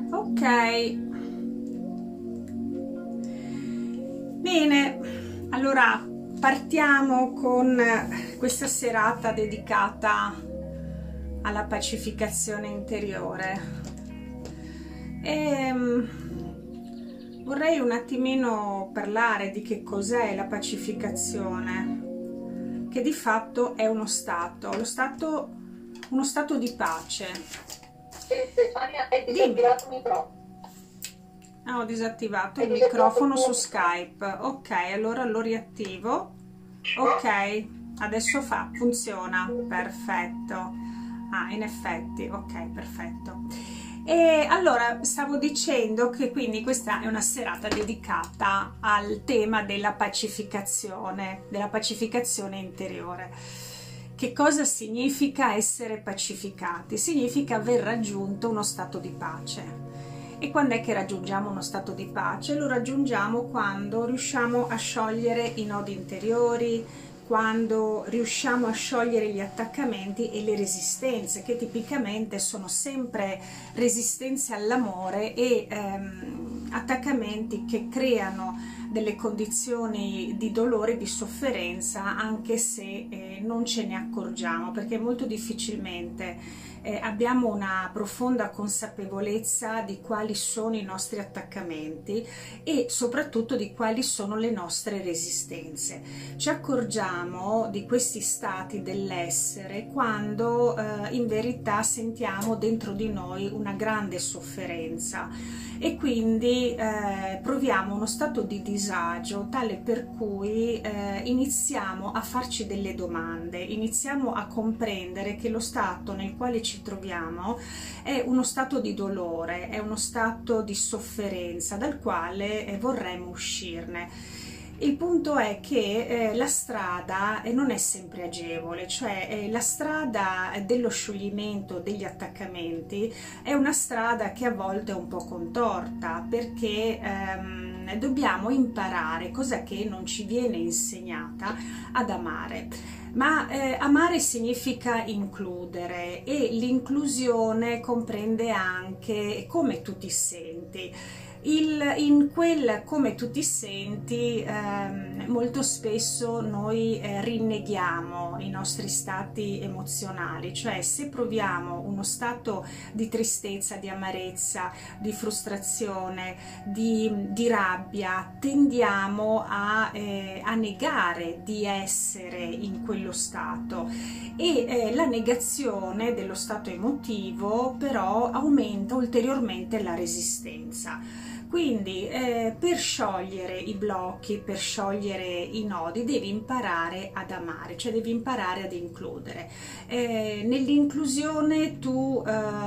Ok, bene, allora partiamo con questa serata dedicata alla pacificazione interiore e vorrei un attimino parlare di che cos'è la pacificazione, che di fatto è uno stato di pace. Stefania, hai disattivato il microfono. Ho disattivato il microfono su Skype. Ok, allora lo riattivo. Ok, adesso funziona. Perfetto. Ah, in effetti, ok, perfetto. E allora stavo dicendo che quindi questa è una serata dedicata al tema della pacificazione interiore. Che cosa significa essere pacificati? Significa aver raggiunto uno stato di pace. E quando è che raggiungiamo uno stato di pace? Lo raggiungiamo quando riusciamo a sciogliere i nodi interiori, quando riusciamo a sciogliere gli attaccamenti e le resistenze, che tipicamente sono sempre resistenze all'amore e attaccamenti che creano delle condizioni di dolore e di sofferenza, anche se non ce ne accorgiamo, perché molto difficilmente abbiamo una profonda consapevolezza di quali sono i nostri attaccamenti e soprattutto di quali sono le nostre resistenze. Ci accorgiamo di questi stati dell'essere quando in verità sentiamo dentro di noi una grande sofferenza e quindi proviamo uno stato di disagio tale per cui iniziamo a farci delle domande, iniziamo a comprendere che lo stato nel quale ci troviamo è uno stato di dolore, è uno stato di sofferenza dal quale vorremmo uscirne. Il punto è che la strada non è sempre agevole, cioè la strada dello scioglimento degli attaccamenti è una strada che a volte è un po' contorta, perché dobbiamo imparare, cosa che non ci viene insegnata, ad amare. Ma amare significa includere e l'inclusione comprende anche come tu ti senti. In quel come tu ti senti molto spesso noi rinneghiamo i nostri stati emozionali, cioè se proviamo uno stato di tristezza, di amarezza, di frustrazione, di rabbia, tendiamo a negare di essere in quello stato e la negazione dello stato emotivo però aumenta ulteriormente la resistenza. Quindi per sciogliere i blocchi, per sciogliere i nodi, devi imparare ad amare, cioè devi imparare ad includere. Nell'inclusione tu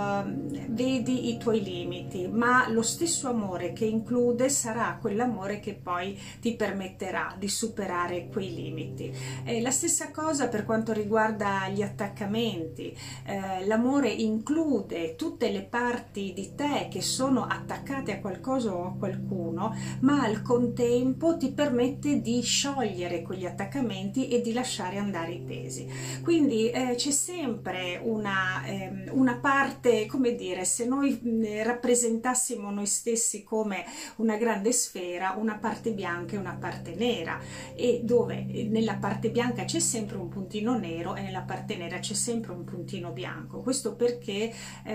vedi i tuoi limiti, ma lo stesso amore che include sarà quell'amore che poi ti permetterà di superare quei limiti. La stessa cosa per quanto riguarda gli attaccamenti. L'amore include tutte le parti di te che sono attaccate a qualcosa o a qualcuno, ma al contempo ti permette di sciogliere quegli attaccamenti e di lasciare andare i pesi. Quindi c'è sempre una parte, come dire, se noi rappresentassimo noi stessi come una grande sfera, una parte bianca e una parte nera, e dove nella parte bianca c'è sempre un puntino nero e nella parte nera c'è sempre un puntino bianco. Questo perché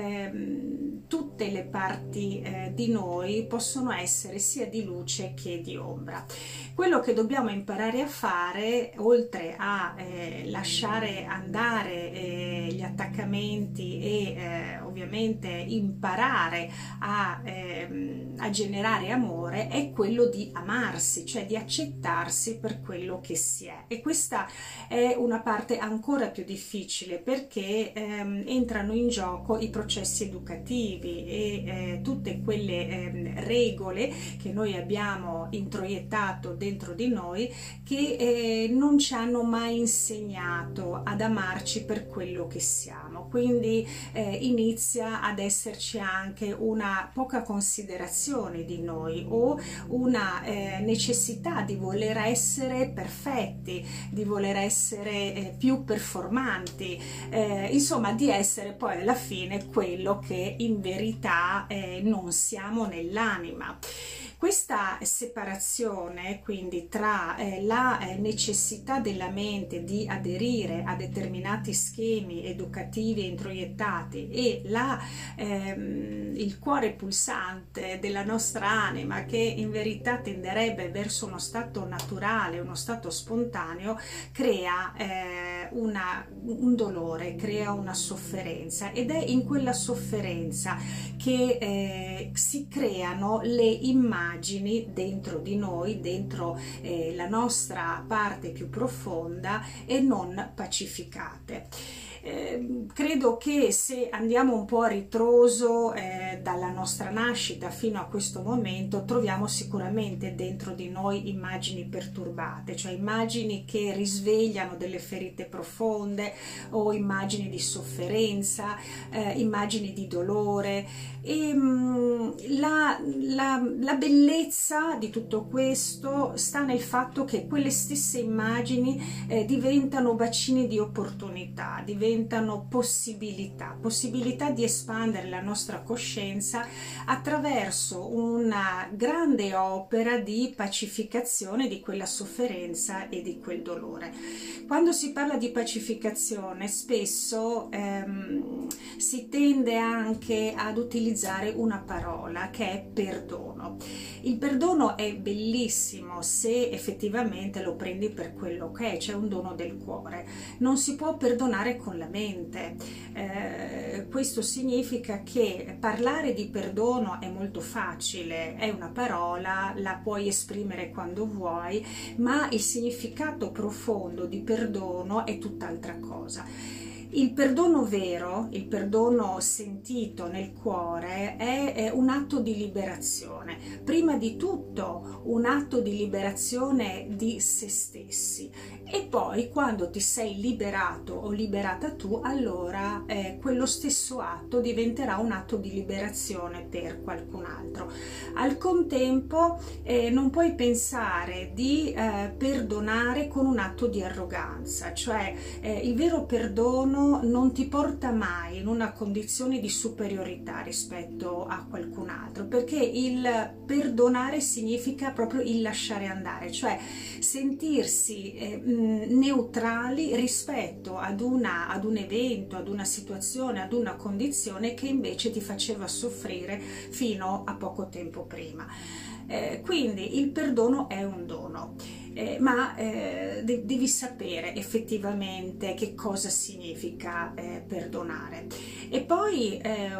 tutte le parti di noi possono essere sia di luce che di ombra. Quello che dobbiamo imparare a fare, oltre a lasciare andare gli attaccamenti e ovviamente imparare a generare amore, è quello di amarsi, cioè di accettarsi per quello che si è. E questa è una parte ancora più difficile, perché entrano in gioco i processi educativi e tutte quelle regole che noi abbiamo introiettato dentro di noi, che non ci hanno mai insegnato ad amarci per quello che siamo. Quindi inizia ad esserci anche una poca considerazione di noi o una necessità di voler essere perfetti, di voler essere più performanti, insomma di essere poi alla fine quello che in verità non siamo nell'anima. Questa separazione quindi tra la necessità della mente di aderire a determinati schemi educativi e introiettati e il cuore pulsante della nostra anima, che in verità tenderebbe verso uno stato naturale, uno stato spontaneo, crea un dolore, crea una sofferenza, ed è in quella sofferenza che si creano le immagini dentro di noi, dentro la nostra parte più profonda e non pacificate. Credo che se andiamo un po' a ritroso dalla nostra nascita fino a questo momento, troviamo sicuramente dentro di noi immagini perturbate, cioè immagini che risvegliano delle ferite profonde o immagini di sofferenza, immagini di dolore, e la bellezza di tutto questo sta nel fatto che quelle stesse immagini diventano bacini di opportunità, diventano possibilità di espandere la nostra coscienza attraverso una grande opera di pacificazione di quella sofferenza e di quel dolore. Quando si parla di pacificazione, spesso si tende anche ad utilizzare una parola che è perdono. Il perdono è bellissimo se effettivamente lo prendi per quello che è, cioè un dono del cuore. Non si può perdonare con la mente. Questo significa che parlare di perdono è molto facile, è una parola, la puoi esprimere quando vuoi, ma il significato profondo di perdono è tutt'altra cosa. Il perdono vero, il perdono sentito nel cuore è un atto di liberazione, prima di tutto un atto di liberazione di se stessi, e poi quando ti sei liberato o liberata tu, allora quello stesso atto diventerà un atto di liberazione per qualcun altro. Al contempo non puoi pensare di perdonare con un atto di arroganza, cioè il vero perdono non ti porta mai in una condizione di superiorità rispetto a qualcun altro, perché il perdonare significa proprio il lasciare andare, cioè sentirsi neutrali rispetto ad un evento, ad una situazione, ad una condizione che invece ti faceva soffrire fino a poco tempo prima. Quindi il perdono è un dono. Ma devi sapere effettivamente che cosa significa perdonare. E poi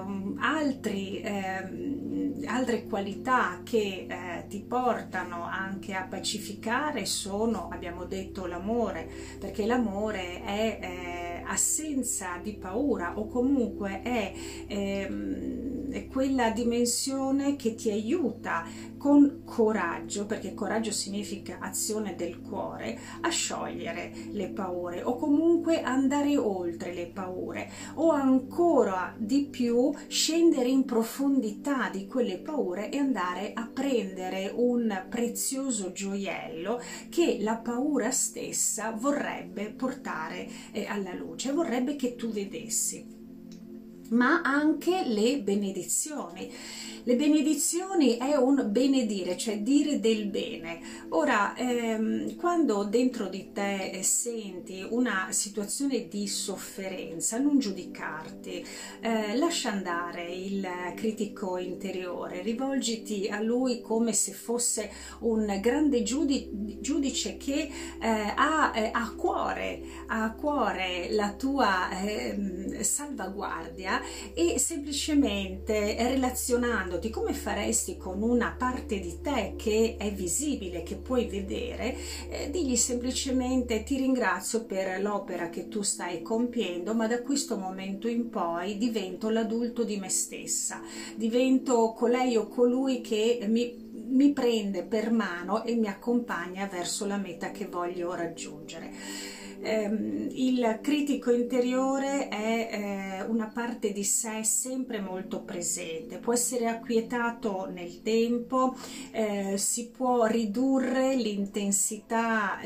altre qualità che ti portano anche a pacificare sono, abbiamo detto, l'amore, perché l'amore è assenza di paura, o comunque è quella dimensione che ti aiuta con coraggio, perché coraggio significa azione del cuore, a sciogliere le paure, o comunque andare oltre le paure, o ancora di più scendere in profondità di quelle paure e andare a prendere un prezioso gioiello che la paura stessa vorrebbe portare alla luce, vorrebbe che tu vedessi. Ma anche le benedizioni. Le benedizioni è un benedire, cioè dire del bene. Ora, quando dentro di te senti una situazione di sofferenza, non giudicarti, lascia andare il critico interiore, rivolgiti a lui come se fosse un grande giudice che ha a cuore la tua salvaguardia, e semplicemente relazionandoti come faresti con una parte di te che è visibile, che puoi vedere, digli semplicemente: ti ringrazio per l'opera che tu stai compiendo, ma da questo momento in poi divento l'adulto di me stessa, divento colei o colui che mi prende per mano e mi accompagna verso la meta che voglio raggiungere. il critico interiore è una parte di sé sempre molto presente, può essere acquietato nel tempo, si possono ridurre l'intensità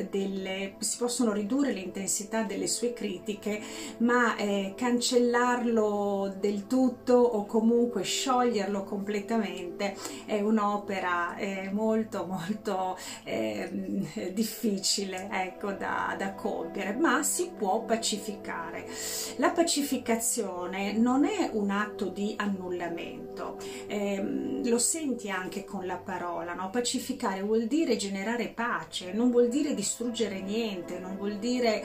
delle sue critiche, ma cancellarlo del tutto o comunque scioglierlo completamente è un'opera molto molto difficile, ecco, da compiere, ma si può pacificare. La pacificazione non è un atto di annullamento, lo senti anche con la parola, no? Pacificare vuol dire generare pace, non vuol dire distruggere niente, non vuol dire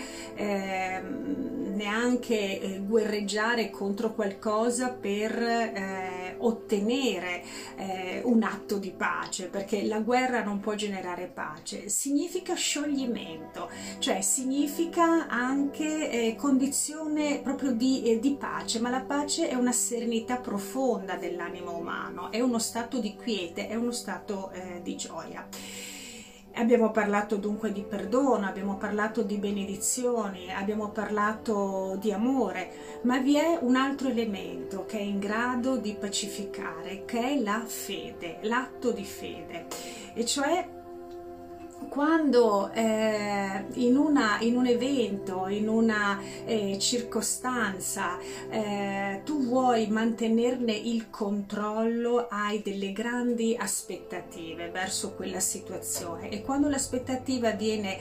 neanche guerreggiare contro qualcosa per ottenere un atto di pace, perché la guerra non può generare pace. Significa scioglimento, cioè significa anche condizione proprio di pace, ma la pace è una serenità profonda dell'animo umano, è uno stato di quiete, è uno stato di gioia. Abbiamo parlato dunque di perdono, abbiamo parlato di benedizioni, abbiamo parlato di amore, ma vi è un altro elemento che è in grado di pacificare, che è la fede, l'atto di fede, e cioè quando in un evento, in una circostanza, tu vuoi mantenerne il controllo, hai delle grandi aspettative verso quella situazione, e quando l'aspettativa viene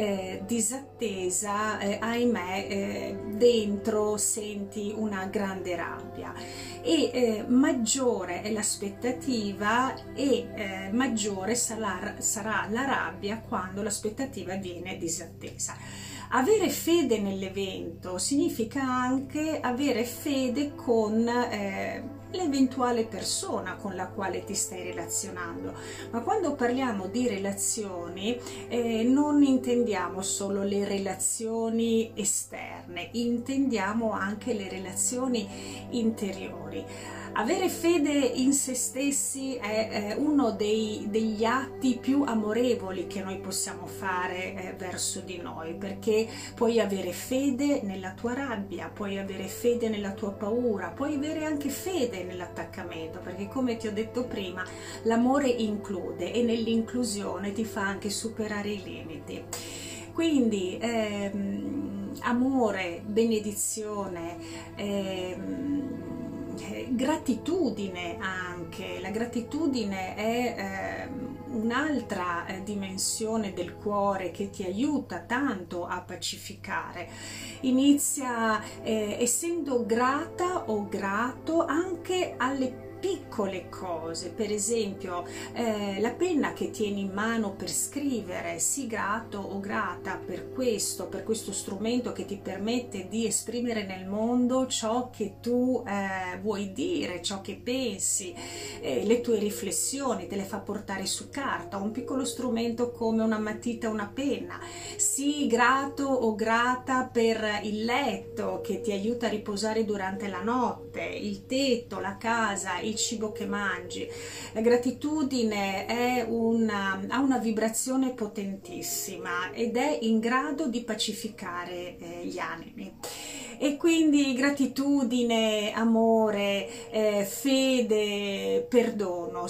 disattesa, ahimè, dentro senti una grande rabbia, e maggiore è l'aspettativa e maggiore sarà la rabbia quando l'aspettativa viene disattesa. Avere fede nell'evento significa anche avere fede con l'eventuale persona con la quale ti stai relazionando, ma quando parliamo di relazioni non intendiamo solo le relazioni esterne, intendiamo anche le relazioni interiori. Avere fede in se stessi è uno degli atti più amorevoli che noi possiamo fare verso di noi, perché puoi avere fede nella tua rabbia, puoi avere fede nella tua paura, puoi avere anche fede nell'attaccamento, perché come ti ho detto prima, l'amore include, e nell'inclusione ti fa anche superare i limiti. Quindi amore, benedizione, gratitudine anche. La gratitudine è un'altra dimensione del cuore che ti aiuta tanto a pacificare. Inizia essendo grata o grato anche alle piccole cose, per esempio la penna che tieni in mano per scrivere, sii grato o grata per questo strumento che ti permette di esprimere nel mondo ciò che tu vuoi dire, ciò che pensi, le tue riflessioni, te le fa portare su carta. Un piccolo strumento come una matita, una penna. Sii grato o grata per il letto che ti aiuta a riposare durante la notte, il tetto, la casa, il cibo che mangi. La gratitudine ha una vibrazione potentissima ed è in grado di pacificare gli animi. E quindi gratitudine, amore, fede, perdono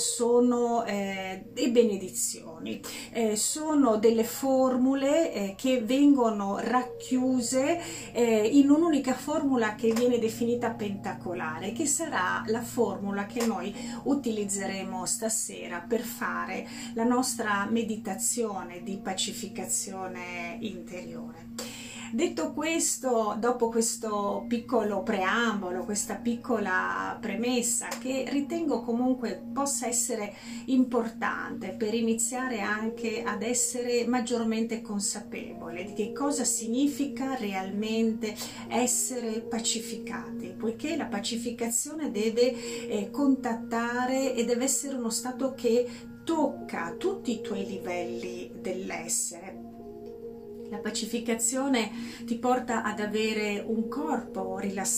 e benedizioni sono delle formule che vengono racchiuse in un'unica formula che viene definita pentacolare, che sarà la formula che noi utilizzeremo stasera per fare la nostra meditazione di pacificazione interiore. Detto questo, dopo questo piccolo preambolo, questa piccola premessa che ritengo comunque possa essere importante per iniziare anche ad essere maggiormente consapevole di che cosa significa realmente essere pacificati, poiché la pacificazione deve contattare e deve essere uno stato che tocca tutti i tuoi livelli dell'essere. La pacificazione ti porta ad avere un corpo rilassato,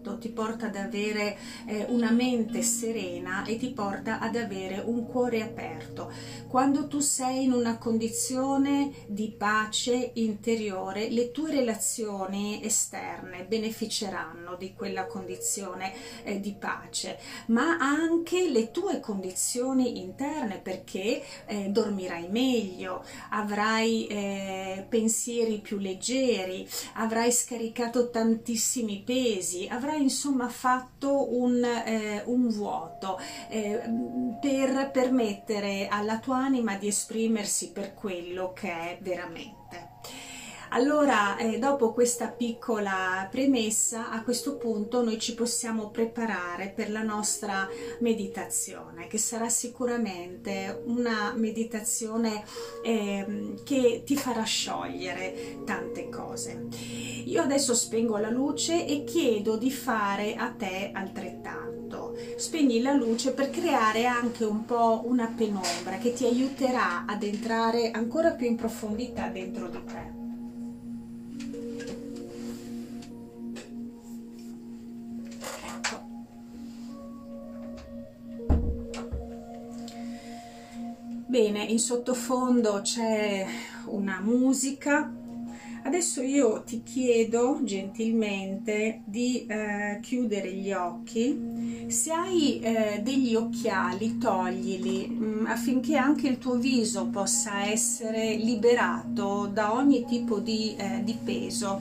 vuoto, ti porta ad avere una mente serena e ti porta ad avere un cuore aperto. Quando tu sei in una condizione di pace interiore, le tue relazioni esterne beneficeranno di quella condizione di pace, ma anche le tue condizioni interne, perché dormirai meglio, avrai pensieri più leggeri, avrai scaricato tantissimi pesi, avrai insomma fatto un vuoto per permettere alla tua anima di esprimersi per quello che è veramente. Allora, dopo questa piccola premessa, a questo punto noi ci possiamo preparare per la nostra meditazione, che sarà sicuramente una meditazione che ti farà sciogliere tante cose. Io adesso spengo la luce e chiedo di fare a te altrettanto. Spegni la luce per creare anche un po' una penombra che ti aiuterà ad entrare ancora più in profondità dentro di te. Bene, in sottofondo c'è una musica. Adesso io ti chiedo gentilmente di chiudere gli occhi. Se hai degli occhiali, toglili affinché anche il tuo viso possa essere liberato da ogni tipo di peso.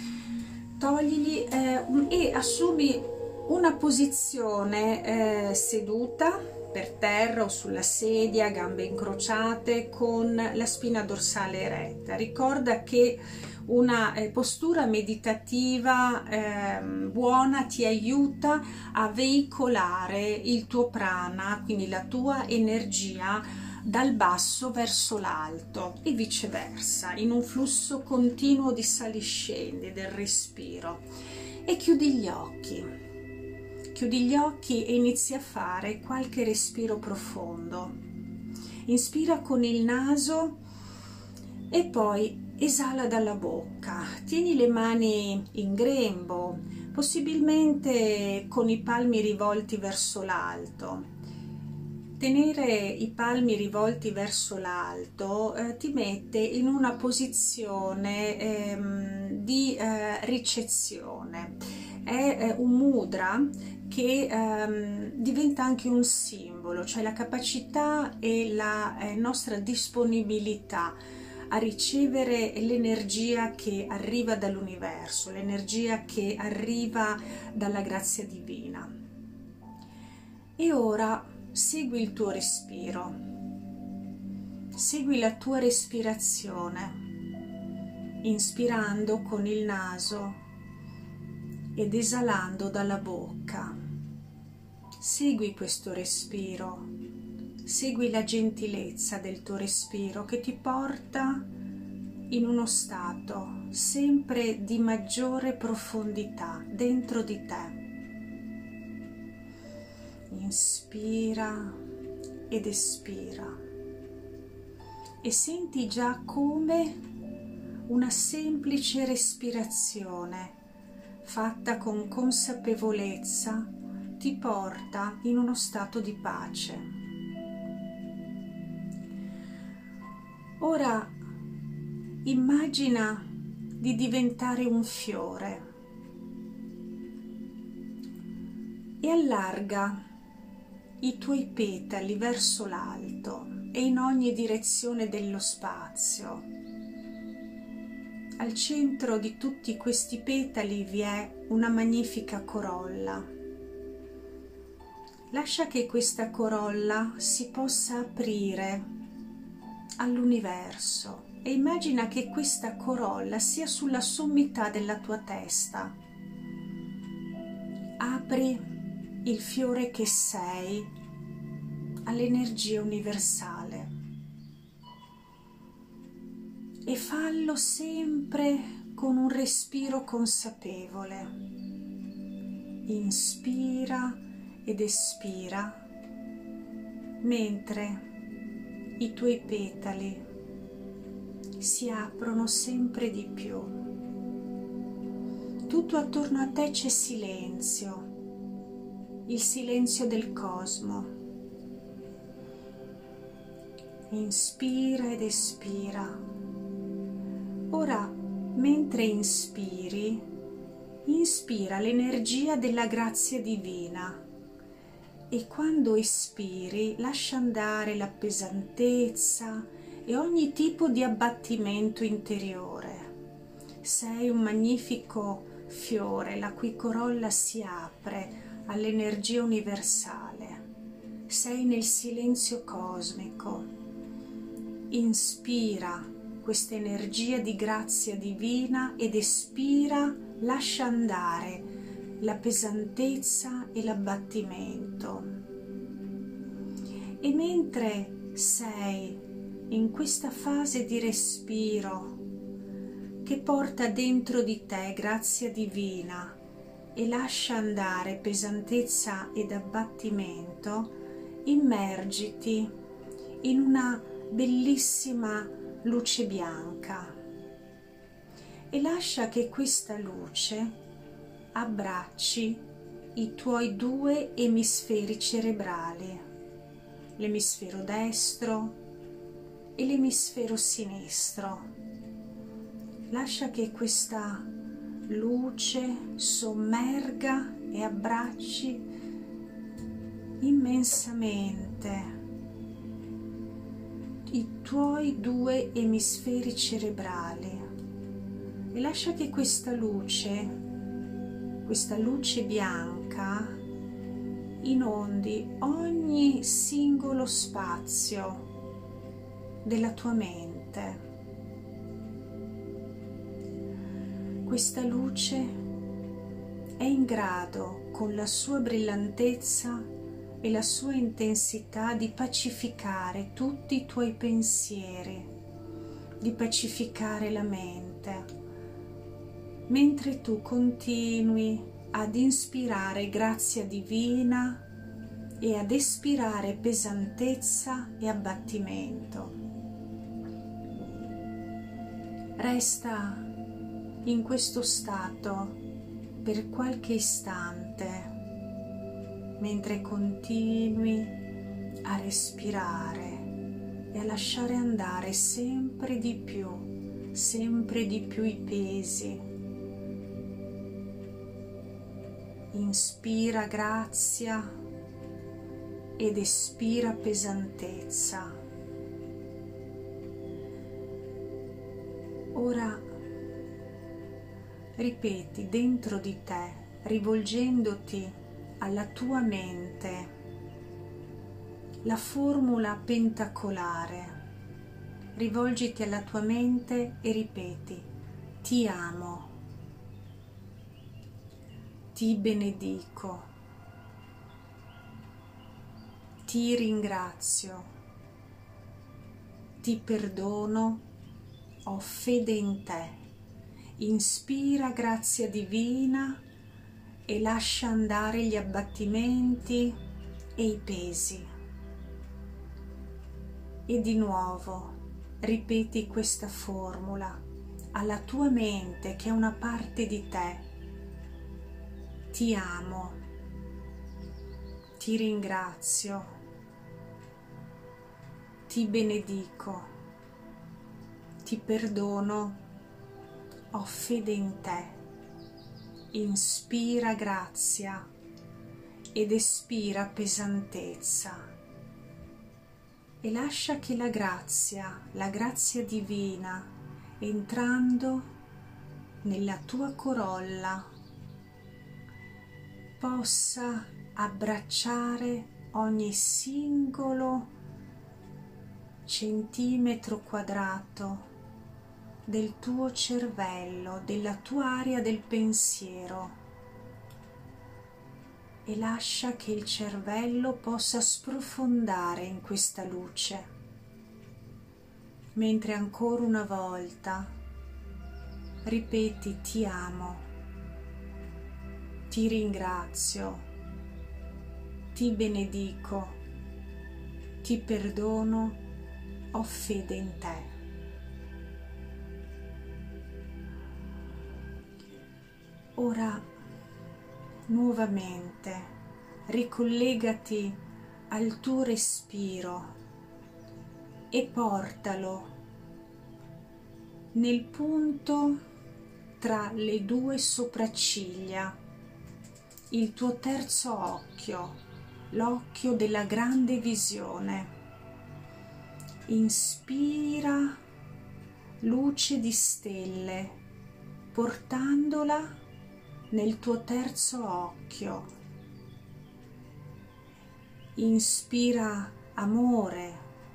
Toglili e assumi una posizione seduta per terra o sulla sedia, gambe incrociate, con la spina dorsale eretta. Ricorda che una postura meditativa buona ti aiuta a veicolare il tuo prana, quindi la tua energia, dal basso verso l'alto e viceversa, in un flusso continuo di saliscendi del respiro. E chiudi gli occhi. Chiudi gli occhi e inizi a fare qualche respiro profondo. Inspira con il naso e poi esala dalla bocca. Tieni le mani in grembo, possibilmente con i palmi rivolti verso l'alto. Tenere i palmi rivolti verso l'alto ti mette in una posizione di ricezione. È un mudra che diventa anche un simbolo, cioè la capacità e la nostra disponibilità a ricevere l'energia che arriva dall'universo, l'energia che arriva dalla grazia divina. E ora segui il tuo respiro, segui la tua respirazione, inspirando con il naso ed esalando dalla bocca. Segui questo respiro, segui la gentilezza del tuo respiro che ti porta in uno stato sempre di maggiore profondità dentro di te. Inspira ed espira e senti già come una semplice respirazione fatta con consapevolezza ti porta in uno stato di pace. Ora immagina di diventare un fiore e allarga i tuoi petali verso l'alto e in ogni direzione dello spazio. Al centro di tutti questi petali vi è una magnifica corolla. Lascia che questa corolla si possa aprire all'universo e immagina che questa corolla sia sulla sommità della tua testa. Apri il fiore che sei all'energia universale e fallo sempre con un respiro consapevole. Inspira ed espira mentre i tuoi petali si aprono sempre di più. Tutto attorno a te c'è silenzio, il silenzio del cosmo. Inspira ed espira. Ora, mentre inspiri, inspira l'energia della grazia divina e quando espiri lascia andare la pesantezza e ogni tipo di abbattimento interiore. Sei un magnifico fiore la cui corolla si apre all'energia universale. Sei nel silenzio cosmico. Inspira questa energia di grazia divina ed espira, lascia andare la pesantezza e l'abbattimento. E mentre sei in questa fase di respiro che porta dentro di te grazia divina e lascia andare pesantezza ed abbattimento, immergiti in una bellissima luce bianca e lascia che questa luce abbracci i tuoi due emisferi cerebrali, l'emisfero destro e l'emisfero sinistro. Lascia che questa luce sommerga e abbracci immensamente i tuoi due emisferi cerebrali e lascia che questa luce bianca inondi ogni singolo spazio della tua mente. Questa luce è in grado, con la sua brillantezza e la sua intensità, di pacificare tutti i tuoi pensieri, di pacificare la mente, mentre tu continui ad inspirare grazia divina e ad espirare pesantezza e abbattimento. Resta in questo stato per qualche istante mentre continui a respirare e a lasciare andare sempre di più i pesi. Inspira grazia ed espira pesantezza. Ora ripeti dentro di te, rivolgendoti alla tua mente, la formula pentacolare. Rivolgiti alla tua mente e ripeti: ti amo, ti benedico, ti ringrazio, ti perdono, ho fede in te. Inspira grazia divina e lascia andare gli abbattimenti e i pesi. E di nuovo ripeti questa formula alla tua mente, che è una parte di te. Ti amo, ti ringrazio, ti benedico, ti perdono, ho fede in te. Inspira grazia ed espira pesantezza e lascia che la grazia divina, entrando nella tua corolla, possa abbracciare ogni singolo centimetro quadrato del tuo cervello, della tua area del pensiero, e lascia che il cervello possa sprofondare in questa luce, mentre ancora una volta ripeti: ti amo, ti ringrazio, ti benedico, ti perdono, ho fede in te. Ora nuovamente ricollegati al tuo respiro e portalo nel punto tra le due sopracciglia, il tuo terzo occhio, l'occhio della grande visione. Inspira luce di stelle, portandola nel tuo terzo occhio. Inspira amore,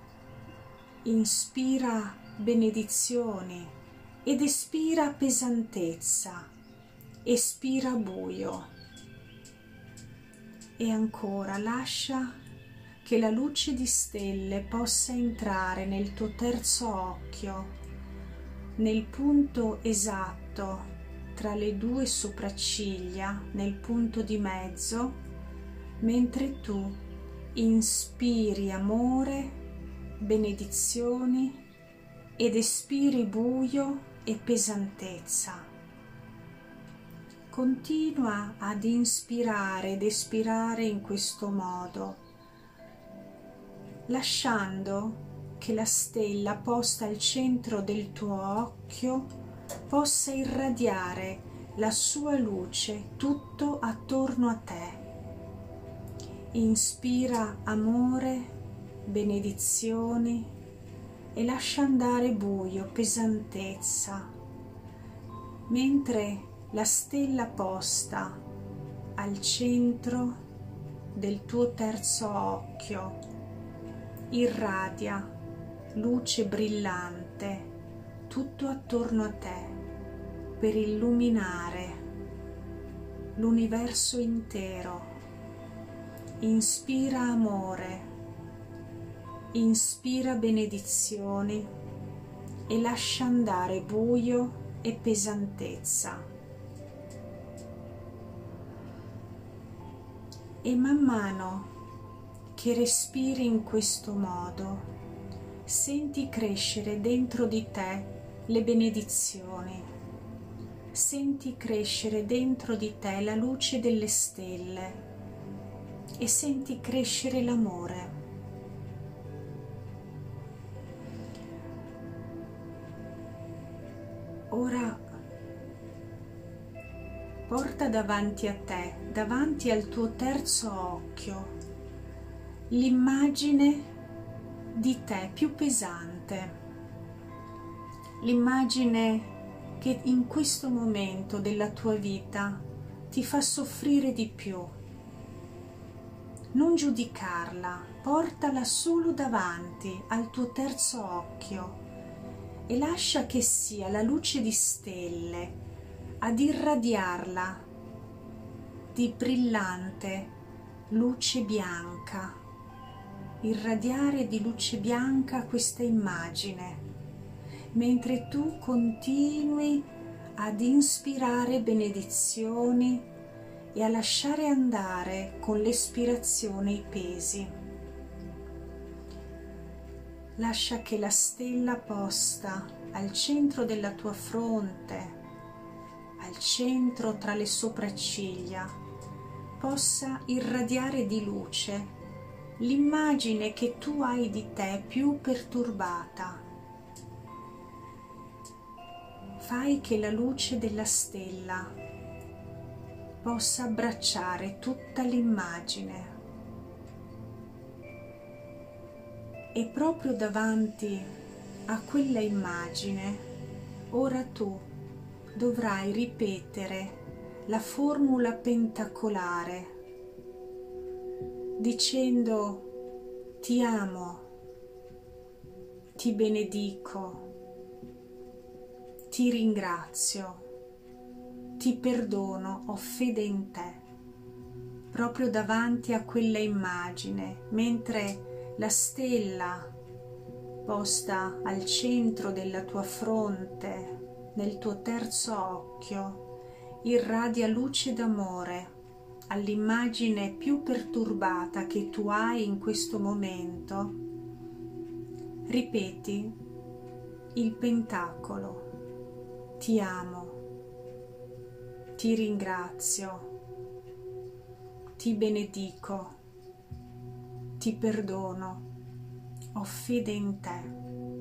inspira benedizioni ed espira pesantezza, espira buio. E ancora lascia che la luce di stelle possa entrare nel tuo terzo occhio, nel punto esatto tra le due sopracciglia, nel punto di mezzo, mentre tu inspiri amore, benedizioni ed espiri buio e pesantezza. Continua ad inspirare ed espirare in questo modo, lasciando che la stella posta al centro del tuo occhio possa irradiare la sua luce tutto attorno a te. Inspira amore, benedizioni e lascia andare buio, pesantezza, mentre la stella posta al centro del tuo terzo occhio irradia luce brillante tutto attorno a te per illuminare l'universo intero. Inspira amore, inspira benedizioni e lascia andare buio e pesantezza. E man mano che respiri in questo modo, senti crescere dentro di te le benedizioni, senti crescere dentro di te la luce delle stelle e senti crescere l'amore. Ora porta davanti a te, davanti al tuo terzo occhio, l'immagine di te più pesante, l'immagine che in questo momento della tua vita ti fa soffrire di più. Non giudicarla, portala solo davanti al tuo terzo occhio e lascia che sia la luce di stelle ad irradiarla di brillante luce bianca, irradiare di luce bianca questa immagine, mentre tu continui ad inspirare benedizioni e a lasciare andare con l'espirazione i pesi. Lascia che la stella posta al centro della tua fronte, al centro tra le sopracciglia, possa irradiare di luce l'immagine che tu hai di te più perturbata. Fai che la luce della stella possa abbracciare tutta l'immagine e proprio davanti a quella immagine ora tu dovrai ripetere la formula pentacolare dicendo: ti amo, ti benedico, ti ringrazio, ti perdono, ho fede in te, proprio davanti a quella immagine, mentre la stella posta al centro della tua fronte, nel tuo terzo occhio, irradia luce d'amore all'immagine più perturbata che tu hai in questo momento. Ripeti il pentacolo: ti amo, ti ringrazio, ti benedico, ti perdono, ho fede in te.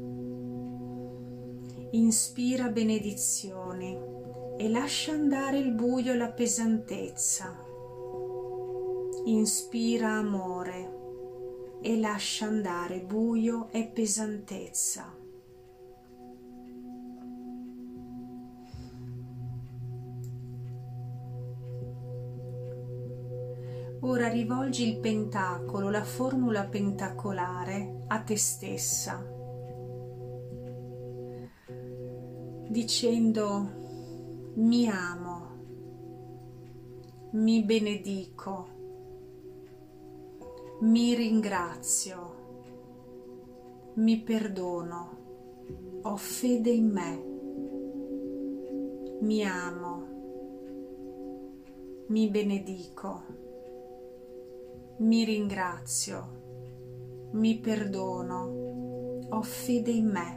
Inspira benedizioni e lascia andare il buio e la pesantezza. Inspira amore e lascia andare buio e pesantezza. Ora rivolgi il pentacolo, la formula pentacolare, a te stessa, dicendo: mi amo, mi benedico, mi ringrazio, mi perdono, ho fede in me, mi amo, mi benedico, mi ringrazio, mi perdono, ho fede in me.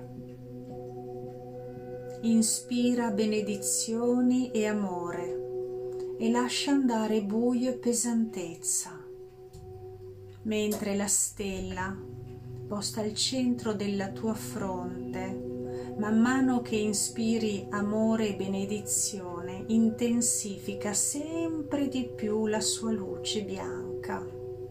Inspira benedizioni e amore e lascia andare buio e pesantezza, mentre la stella posta al centro della tua fronte, man mano che inspiri amore e benedizione, intensifica sempre di più la sua luce bianca.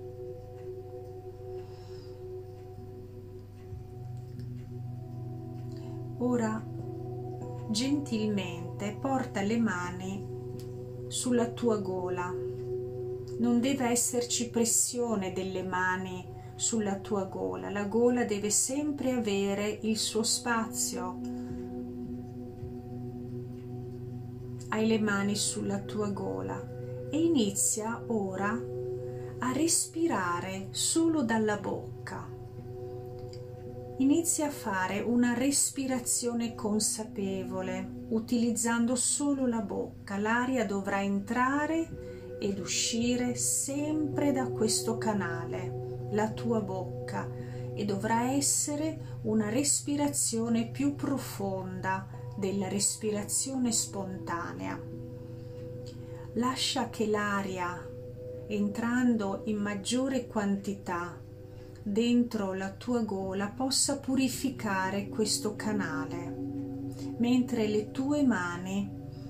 Ora gentilmente porta le mani sulla tua gola. Non deve esserci pressione delle mani sulla tua gola. La gola deve sempre avere il suo spazio. Hai le mani sulla tua gola e inizia ora a respirare solo dalla bocca. Inizia a fare una respirazione consapevole, utilizzando solo la bocca. L'aria dovrà entrare ed uscire sempre da questo canale, la tua bocca, e dovrà essere una respirazione più profonda della respirazione spontanea. Lascia che l'aria, entrando in maggiore quantità dentro la tua gola, possa purificare questo canale, mentre le tue mani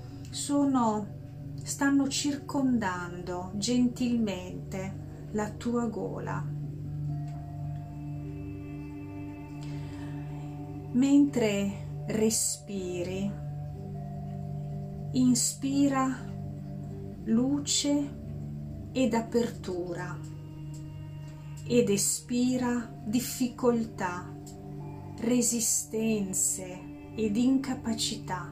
stanno circondando gentilmente la tua gola. Mentre respiri, inspira luce ed apertura ed espira difficoltà, resistenze ed incapacità.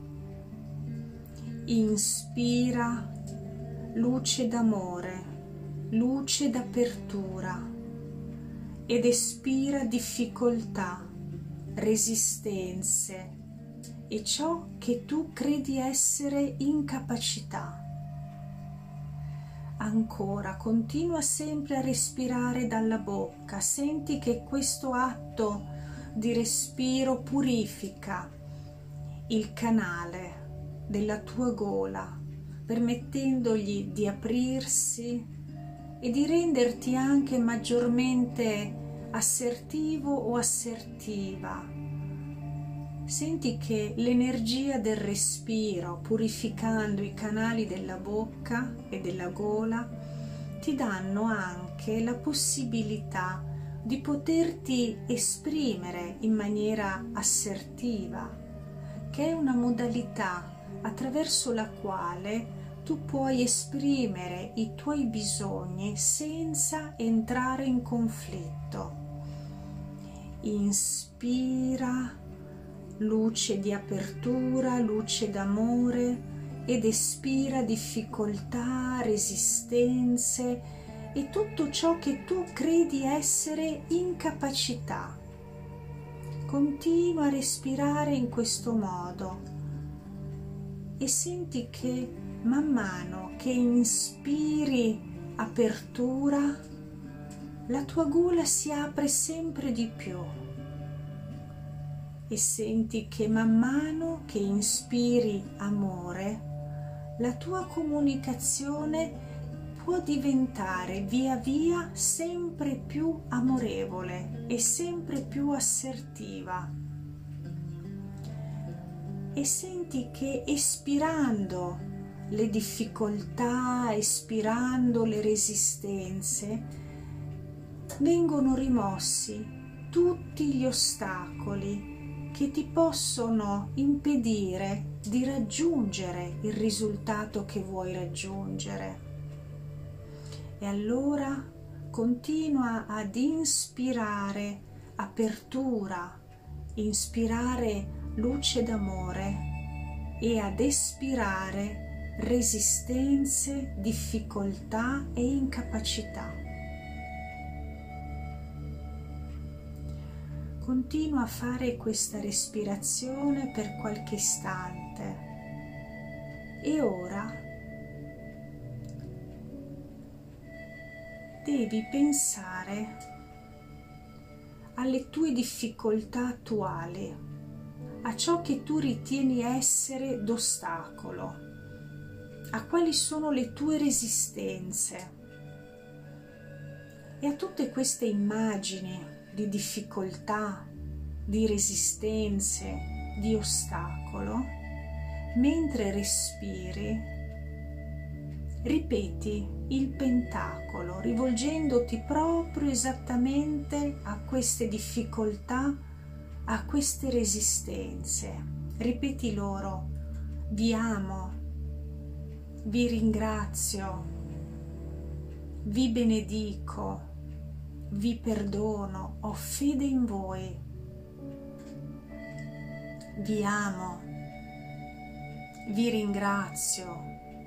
Inspira luce d'amore, luce d'apertura ed espira difficoltà, resistenze e ciò che tu credi essere incapacità. Ancora, continua sempre a respirare dalla bocca. Senti che questo atto di respiro purifica il canale della tua gola, permettendogli di aprirsi e di renderti anche maggiormente assertivo o assertiva. Senti che l'energia del respiro, purificando i canali della bocca e della gola, ti danno anche la possibilità di poterti esprimere in maniera assertiva, che è una modalità attraverso la quale tu puoi esprimere i tuoi bisogni senza entrare in conflitto. Inspira luce di apertura, luce d'amore ed espira difficoltà, resistenze e tutto ciò che tu credi essere incapacità. Continua a respirare in questo modo e senti che man mano che inspiri apertura, la tua gola si apre sempre di più. E senti che man mano che inspiri amore, la tua comunicazione può diventare via via sempre più amorevole e sempre più assertiva. E senti che espirando le difficoltà, espirando le resistenze, vengono rimossi tutti gli ostacoli che ti possono impedire di raggiungere il risultato che vuoi raggiungere. E allora continua ad inspirare apertura, inspirare luce d'amore e ad espirare resistenze, difficoltà e incapacità. Continua a fare questa respirazione per qualche istante e ora devi pensare alle tue difficoltà attuali, a ciò che tu ritieni essere d'ostacolo, a quali sono le tue resistenze e a tutte queste immagini di difficoltà, di resistenze, di ostacolo. Mentre respiri, ripeti il pentacolo, rivolgendoti proprio esattamente a queste difficoltà, a queste resistenze. Ripeti loro: vi amo, vi ringrazio, vi benedico, vi perdono, ho fede in voi, vi amo, vi ringrazio,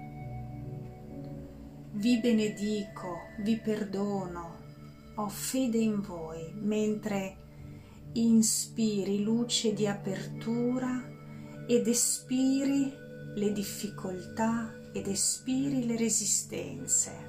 vi benedico, vi perdono, ho fede in voi, mentre inspiri luce di apertura ed espiri le difficoltà ed espiri le resistenze.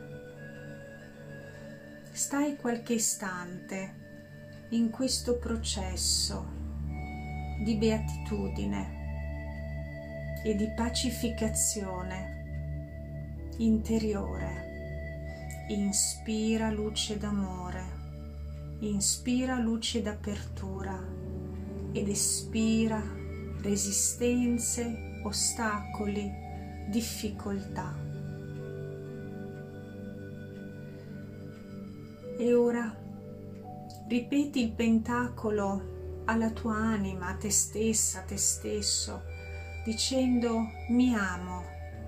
Stai qualche istante in questo processo di beatitudine e di pacificazione interiore. Inspira luce d'amore, inspira luce d'apertura ed espira resistenze, ostacoli, difficoltà. E ora ripeti il pentacolo alla tua anima, a te stessa, a te stesso, dicendo: mi amo,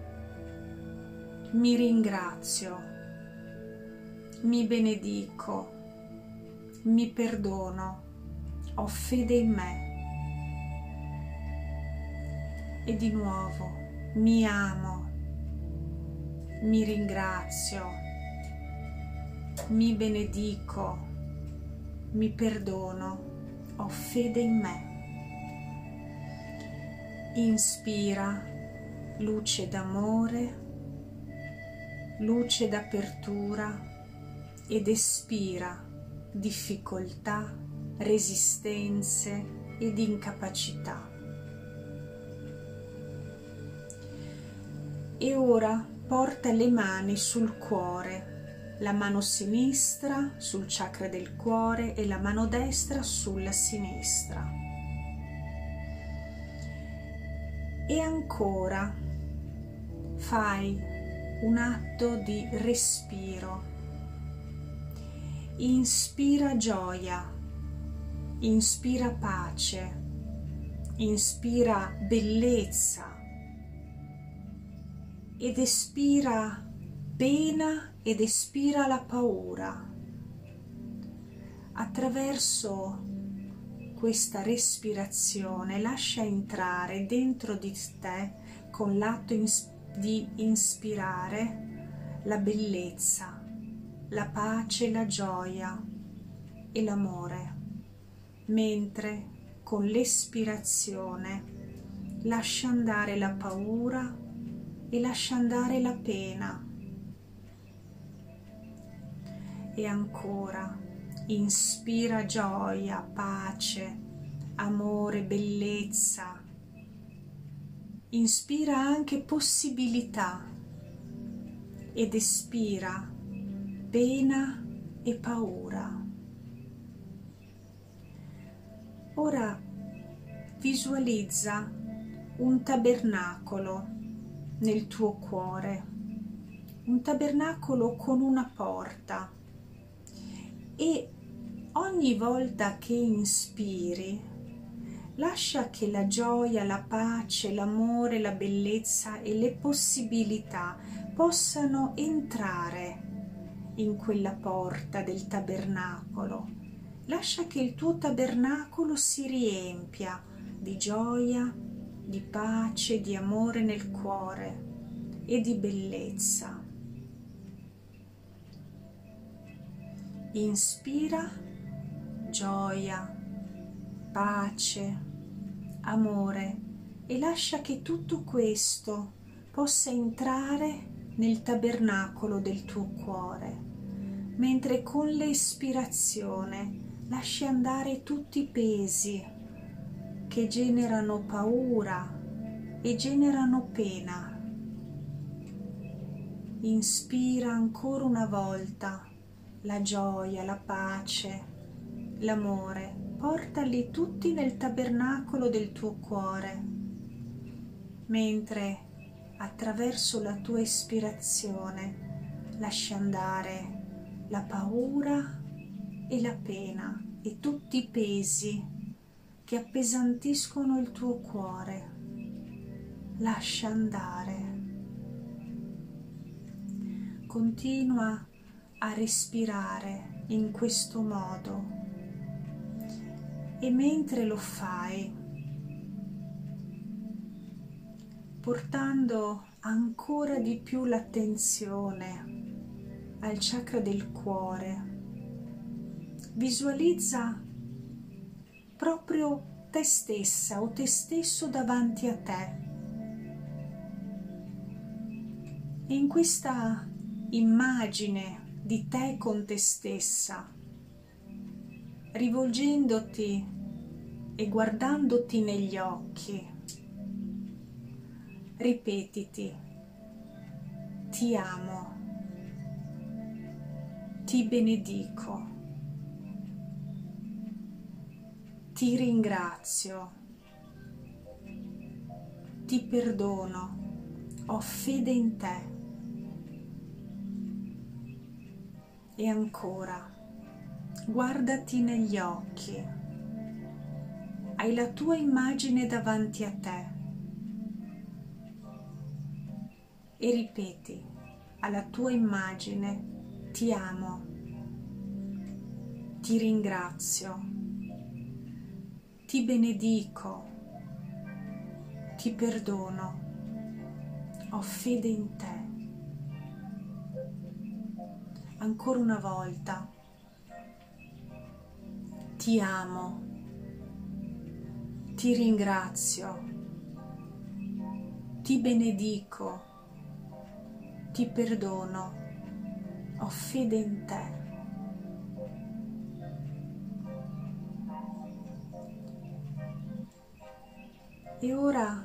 mi ringrazio, mi benedico, mi perdono, ho fede in me. E di nuovo: mi amo, mi ringrazio, mi benedico, mi perdono, ho fede in me. Inspira luce d'amore, luce d'apertura ed espira difficoltà, resistenze ed incapacità. E ora porta le mani sul cuore, la mano sinistra sul chakra del cuore e la mano destra sulla sinistra. E ancora fai un atto di respiro. Inspira gioia, inspira pace, inspira bellezza ed espira pena ed espira la paura. Attraverso questa respirazione lascia entrare dentro di te, con l'atto di inspirare, la bellezza, la pace, la gioia e l'amore, mentre con l'espirazione lascia andare la paura e lascia andare la pena. E ancora inspira gioia, pace, amore, bellezza. inspira anche possibilità ed espira pena e paura. Ora visualizza un tabernacolo nel tuo cuore, un tabernacolo con una porta, e ogni volta che inspiri lascia che la gioia, la pace, l'amore, la bellezza e le possibilità possano entrare in quella porta del tabernacolo. Lascia che il tuo tabernacolo si riempia di gioia, di pace, di amore nel cuore e di bellezza. Inspira gioia, pace, amore e lascia che tutto questo possa entrare nel tabernacolo del tuo cuore, mentre con l'espirazione lasci andare tutti i pesi che generano paura e generano pena. Inspira ancora una volta la gioia, la pace, l'amore. Portali tutti nel tabernacolo del tuo cuore, mentre attraverso la tua espirazione lasci andare la paura e la pena e tutti i pesi che appesantiscono il tuo cuore. Lascia andare. Continua a respirare in questo modo e mentre lo fai, portando ancora di più l'attenzione al chakra del cuore, visualizza proprio te stessa o te stesso davanti a te. E in questa immagine di te con te stessa, rivolgendoti e guardandoti negli occhi, ripetiti: ti amo, ti benedico, ti ringrazio, ti perdono, ho fede in te. E ancora, guardati negli occhi, hai la tua immagine davanti a te e ripeti alla tua immagine: ti amo, ti ringrazio, ti benedico, ti perdono, ho fede in te. Ancora una volta: ti amo, ti ringrazio, ti benedico, ti perdono, ho fede in te. E ora,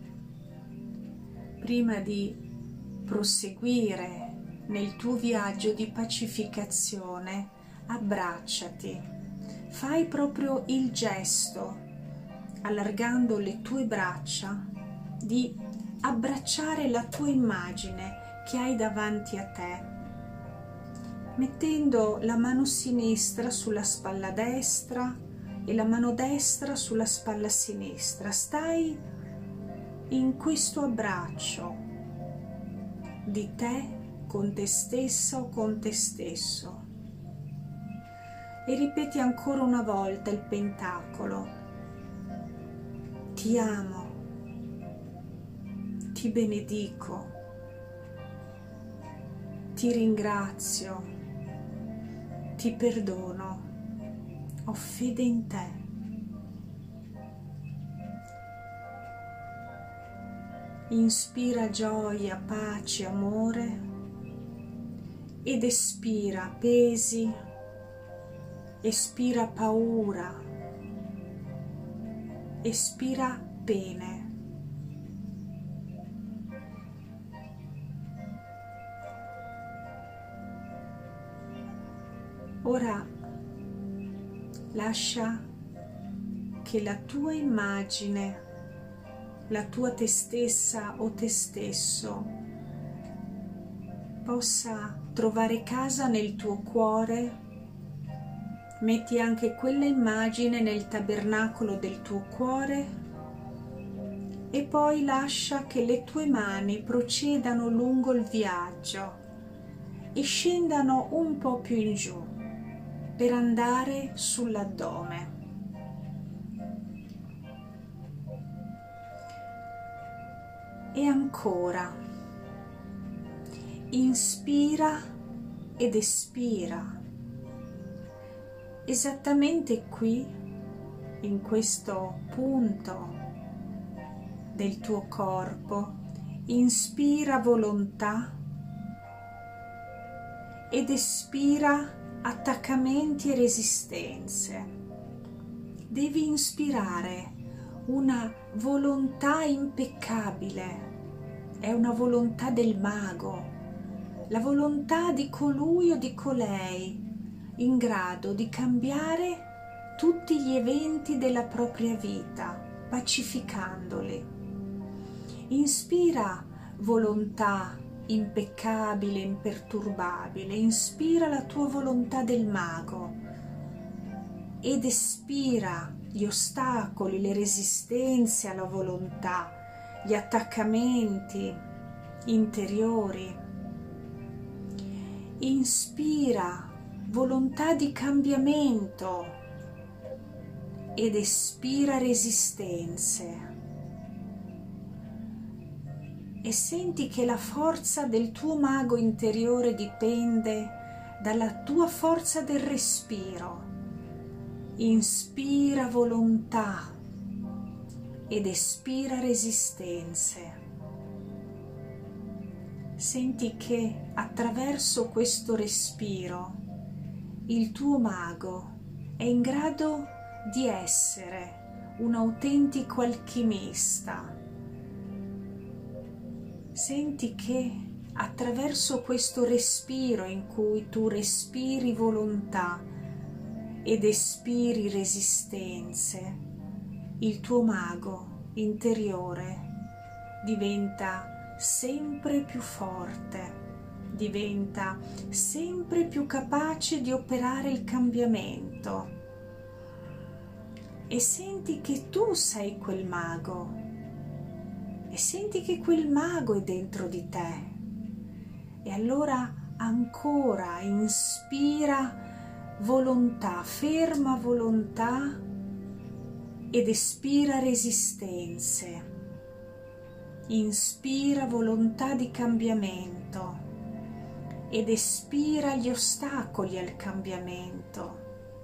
prima di proseguire nel tuo viaggio di pacificazione, abbracciati. Fai proprio il gesto, allargando le tue braccia, di abbracciare la tua immagine che hai davanti a te, mettendo la mano sinistra sulla spalla destra e la mano destra sulla spalla sinistra. Stai in questo abbraccio di te con te stessa o con te stesso e ripeti ancora una volta il pentacolo: ti amo, ti benedico, ti ringrazio, ti perdono, ho fede in te. Inspira gioia, pace, amore ed espira pesi, espira paura, espira pene. Ora lascia che la tua immagine, la tua te stessa o te stesso possa trovare casa nel tuo cuore. Metti anche quella immagine nel tabernacolo del tuo cuore e poi lascia che le tue mani procedano lungo il viaggio e scendano un po' più in giù per andare sull'addome. E ancora, inspira ed espira. Esattamente qui, in questo punto del tuo corpo, inspira volontà ed espira attaccamenti e resistenze. Devi inspirare una volontà impeccabile, è una volontà del mago, la volontà di colui o di colei in grado di cambiare tutti gli eventi della propria vita, pacificandoli. Inspira volontà impeccabile, imperturbabile, inspira la tua volontà del mago ed espira gli ostacoli, le resistenze alla volontà, gli attaccamenti interiori. Inspira volontà di cambiamento ed espira resistenze. E senti che la forza del tuo mago interiore dipende dalla tua forza del respiro. Inspira volontà ed espira resistenze. Senti che attraverso questo respiro il tuo mago è in grado di essere un autentico alchimista. Senti che attraverso questo respiro in cui tu respiri volontà ed espiri resistenze, il tuo mago interiore diventa sempre più forte, diventa sempre più capace di operare il cambiamento. E senti che tu sei quel mago, e senti che quel mago è dentro di te. E allora ancora inspira volontà, ferma volontà ed espira resistenze. Inspira volontà di cambiamento ed espira gli ostacoli al cambiamento.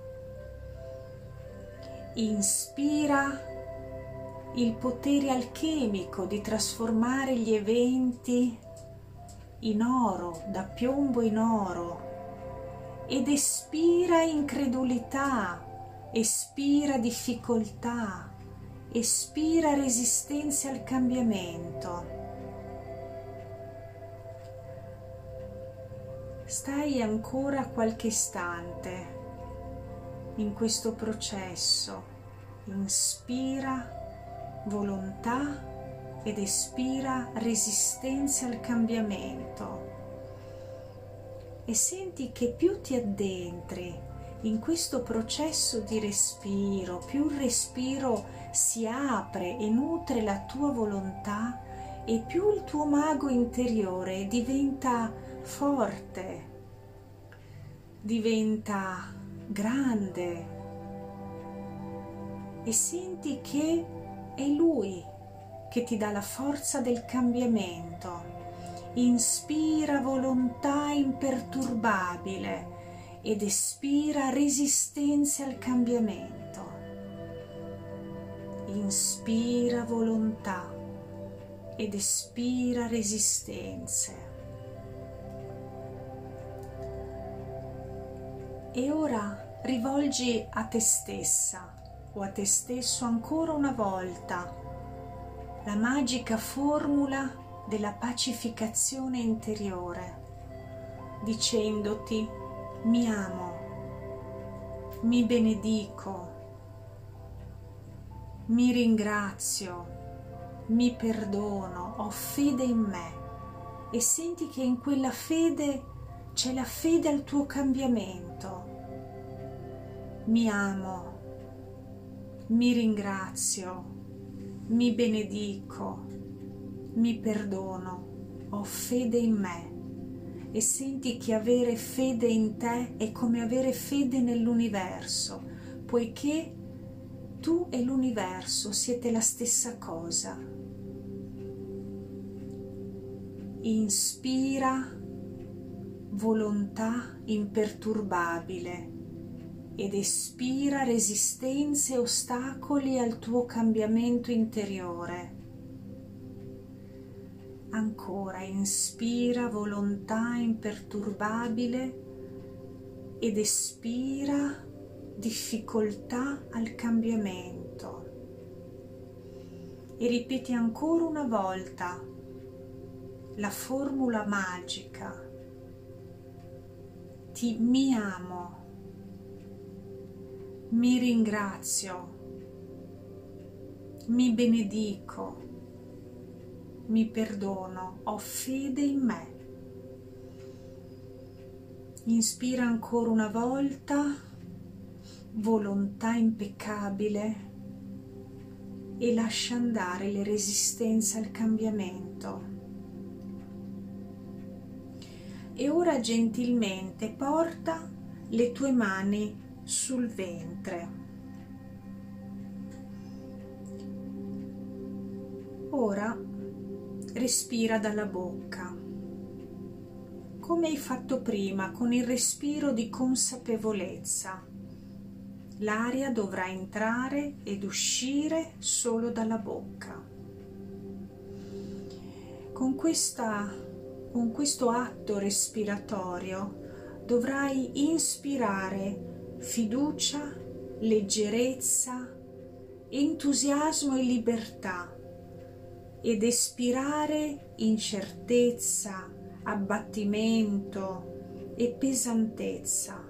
Inspira il potere alchemico di trasformare gli eventi in oro, da piombo in oro, ed espira incredulità, espira difficoltà, espira resistenze al cambiamento. Stai ancora qualche istante in questo processo, inspira volontà ed espira resistenze al cambiamento. E senti che più ti addentri in questo processo di respiro, più il respiro si apre e nutre la tua volontà, e più il tuo mago interiore diventa forte, diventa grande, e senti che è lui che ti dà la forza del cambiamento. Inspira volontà imperturbabile ed espira resistenze al cambiamento. Inspira volontà ed espira resistenze. E ora rivolgi a te stessa o a te stesso ancora una volta la magica formula della pacificazione interiore, dicendoti: mi amo, mi benedico, mi ringrazio, mi perdono, ho fede in me, e senti che in quella fede c'è la fede al tuo cambiamento. Mi amo, mi ringrazio, mi benedico, mi perdono, ho fede in me, e senti che avere fede in te è come avere fede nell'universo, poiché tu e l'universo siete la stessa cosa. Inspira volontà imperturbabile ed espira resistenze e ostacoli al tuo cambiamento interiore. Ancora, inspira volontà imperturbabile ed espira difficoltà al cambiamento. E ripeti ancora una volta la formula magica: mi amo, mi ringrazio, mi benedico, mi perdono, ho fede in me. Inspira ancora una volta volontà impeccabile e lascia andare le resistenze al cambiamento. E ora gentilmente porta le tue mani sul ventre. Ora respira dalla bocca, come hai fatto prima, con il respiro di consapevolezza. L'aria dovrà entrare ed uscire solo dalla bocca. Con questo atto respiratorio dovrai inspirare fiducia, leggerezza, entusiasmo e libertà, ed espirare incertezza, abbattimento e pesantezza.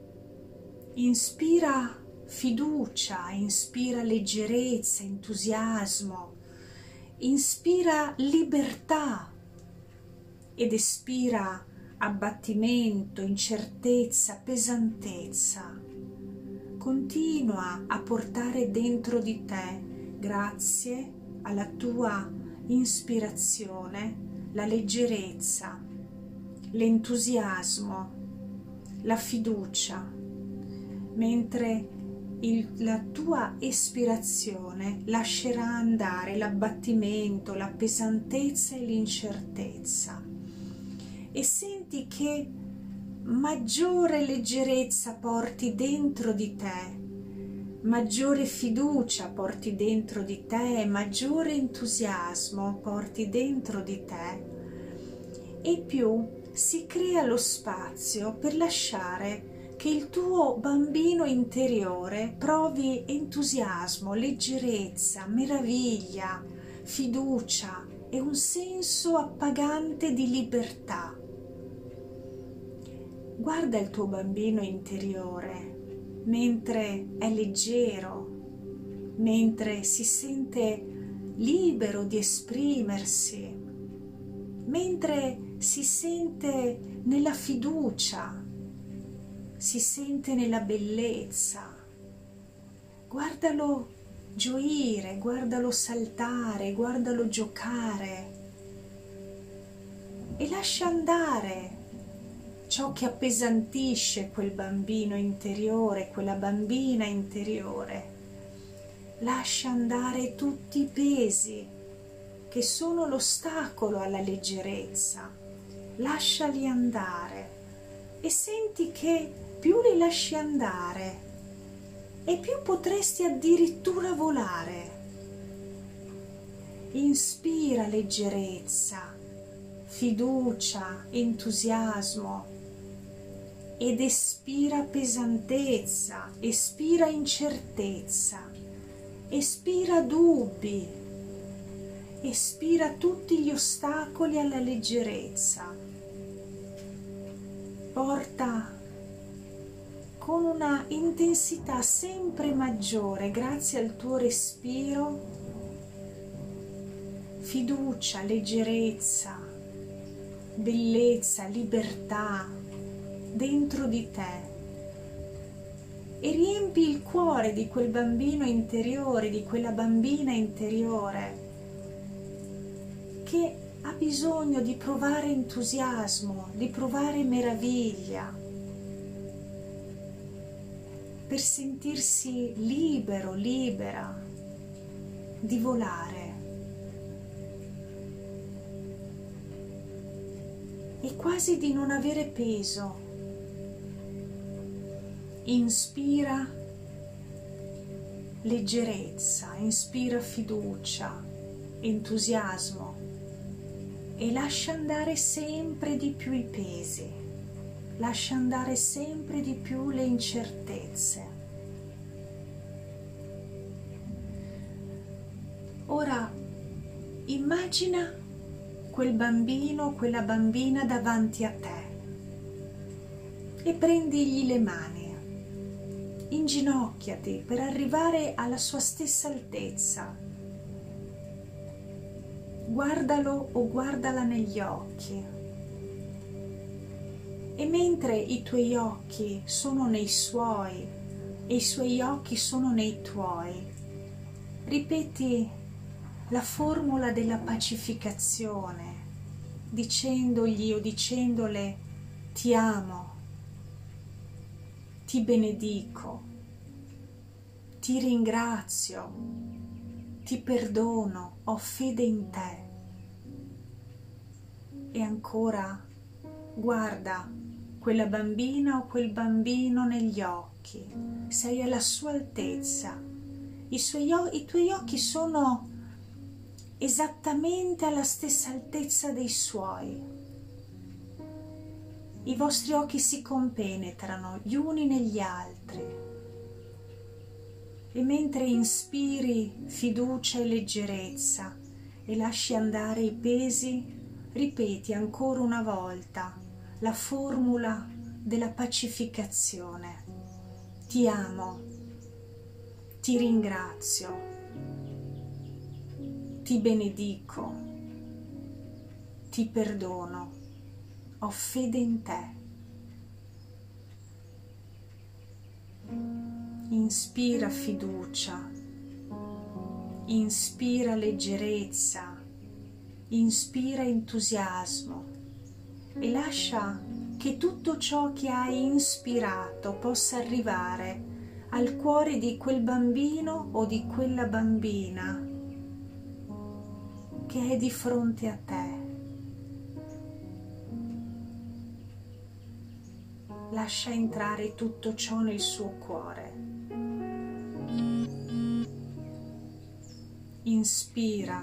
Inspira fiducia, inspira leggerezza, entusiasmo, inspira libertà ed espira abbattimento, incertezza, pesantezza. Continua a portare dentro di te, grazie alla tua ispirazione, la leggerezza, l'entusiasmo, la fiducia, mentre la tua espirazione lascerà andare l'abbattimento, la pesantezza e l'incertezza. E senti che maggiore leggerezza porti dentro di te, maggiore fiducia porti dentro di te, maggiore entusiasmo porti dentro di te, e più si crea lo spazio per lasciare che il tuo bambino interiore provi entusiasmo, leggerezza, meraviglia, fiducia e un senso appagante di libertà. Guarda il tuo bambino interiore mentre è leggero, mentre si sente libero di esprimersi, mentre si sente nella fiducia, si sente nella bellezza. Guardalo gioire, guardalo saltare, guardalo giocare e lascia andare ciò che appesantisce quel bambino interiore, quella bambina interiore. Lascia andare tutti i pesi che sono l'ostacolo alla leggerezza. Lasciali andare e senti che più li lasci andare e più potresti addirittura volare. Inspira leggerezza, fiducia, entusiasmo ed espira pesantezza, espira incertezza, espira dubbi, espira tutti gli ostacoli alla leggerezza. Porta con una intensità sempre maggiore, grazie al tuo respiro, fiducia, leggerezza, bellezza, libertà dentro di te, e riempi il cuore di quel bambino interiore, di quella bambina interiore che ha bisogno di provare entusiasmo, di provare meraviglia, per sentirsi libero, libera di volare. E quasi di non avere peso. Inspira leggerezza, inspira fiducia, entusiasmo e lascia andare sempre di più i pesi, lascia andare sempre di più le incertezze. Ora immagina quel bambino, quella bambina davanti a te e prendigli le mani, inginocchiati per arrivare alla sua stessa altezza. Guardalo o guardala negli occhi, e mentre i tuoi occhi sono nei suoi e i suoi occhi sono nei tuoi, ripeti la formula della pacificazione, dicendogli o dicendole: ti amo, ti benedico, ti ringrazio, ti perdono, ho fede in te. E ancora guarda quella bambina o quel bambino negli occhi, sei alla sua altezza, i tuoi occhi sono esattamente alla stessa altezza dei suoi. I vostri occhi si compenetrano gli uni negli altri, e mentre inspiri fiducia e leggerezza e lasci andare i pesi, ripeti ancora una volta la formula della pacificazione: ti amo, ti ringrazio, ti benedico, ti perdono, ho fede in te. Inspira fiducia, inspira leggerezza, inspira entusiasmo e lascia che tutto ciò che hai inspirato possa arrivare al cuore di quel bambino o di quella bambina che è di fronte a te. Lascia entrare tutto ciò nel suo cuore. Inspira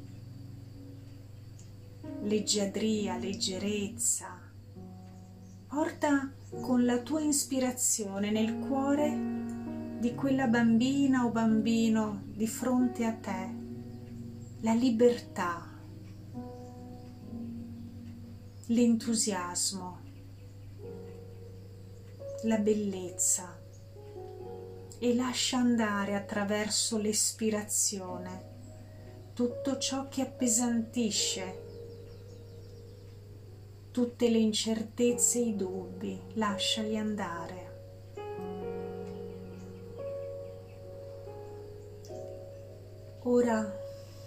leggiadria, leggerezza. Porta con la tua ispirazione nel cuore di quella bambina o bambino di fronte a te la libertà, l'entusiasmo, la bellezza, e lascia andare attraverso l'espirazione tutto ciò che appesantisce, tutte le incertezze e i dubbi, lasciali andare. Ora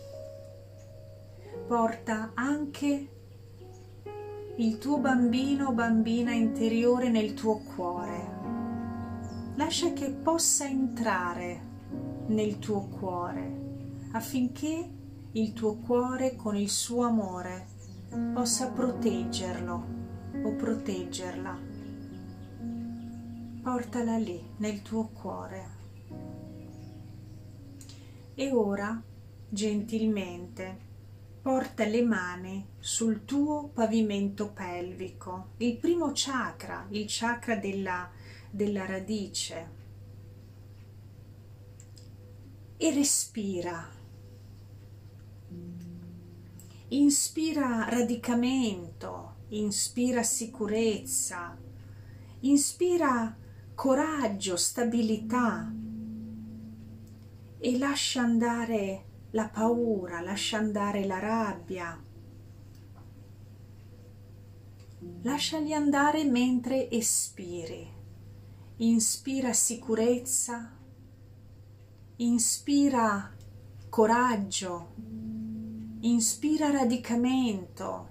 porta anche il tuo bambino o bambina interiore nel tuo cuore. Lascia che possa entrare nel tuo cuore, affinché il tuo cuore con il suo amore possa proteggerlo o proteggerla. Portala lì nel tuo cuore. E ora, gentilmente, porta le mani sul tuo pavimento pelvico, il primo chakra, il chakra della radice, e respira. Inspira radicamento, inspira sicurezza, inspira coraggio, stabilità, e lascia andare la paura, lascia andare la rabbia. Lasciali andare mentre espiri. Inspira sicurezza, inspira coraggio, inspira radicamento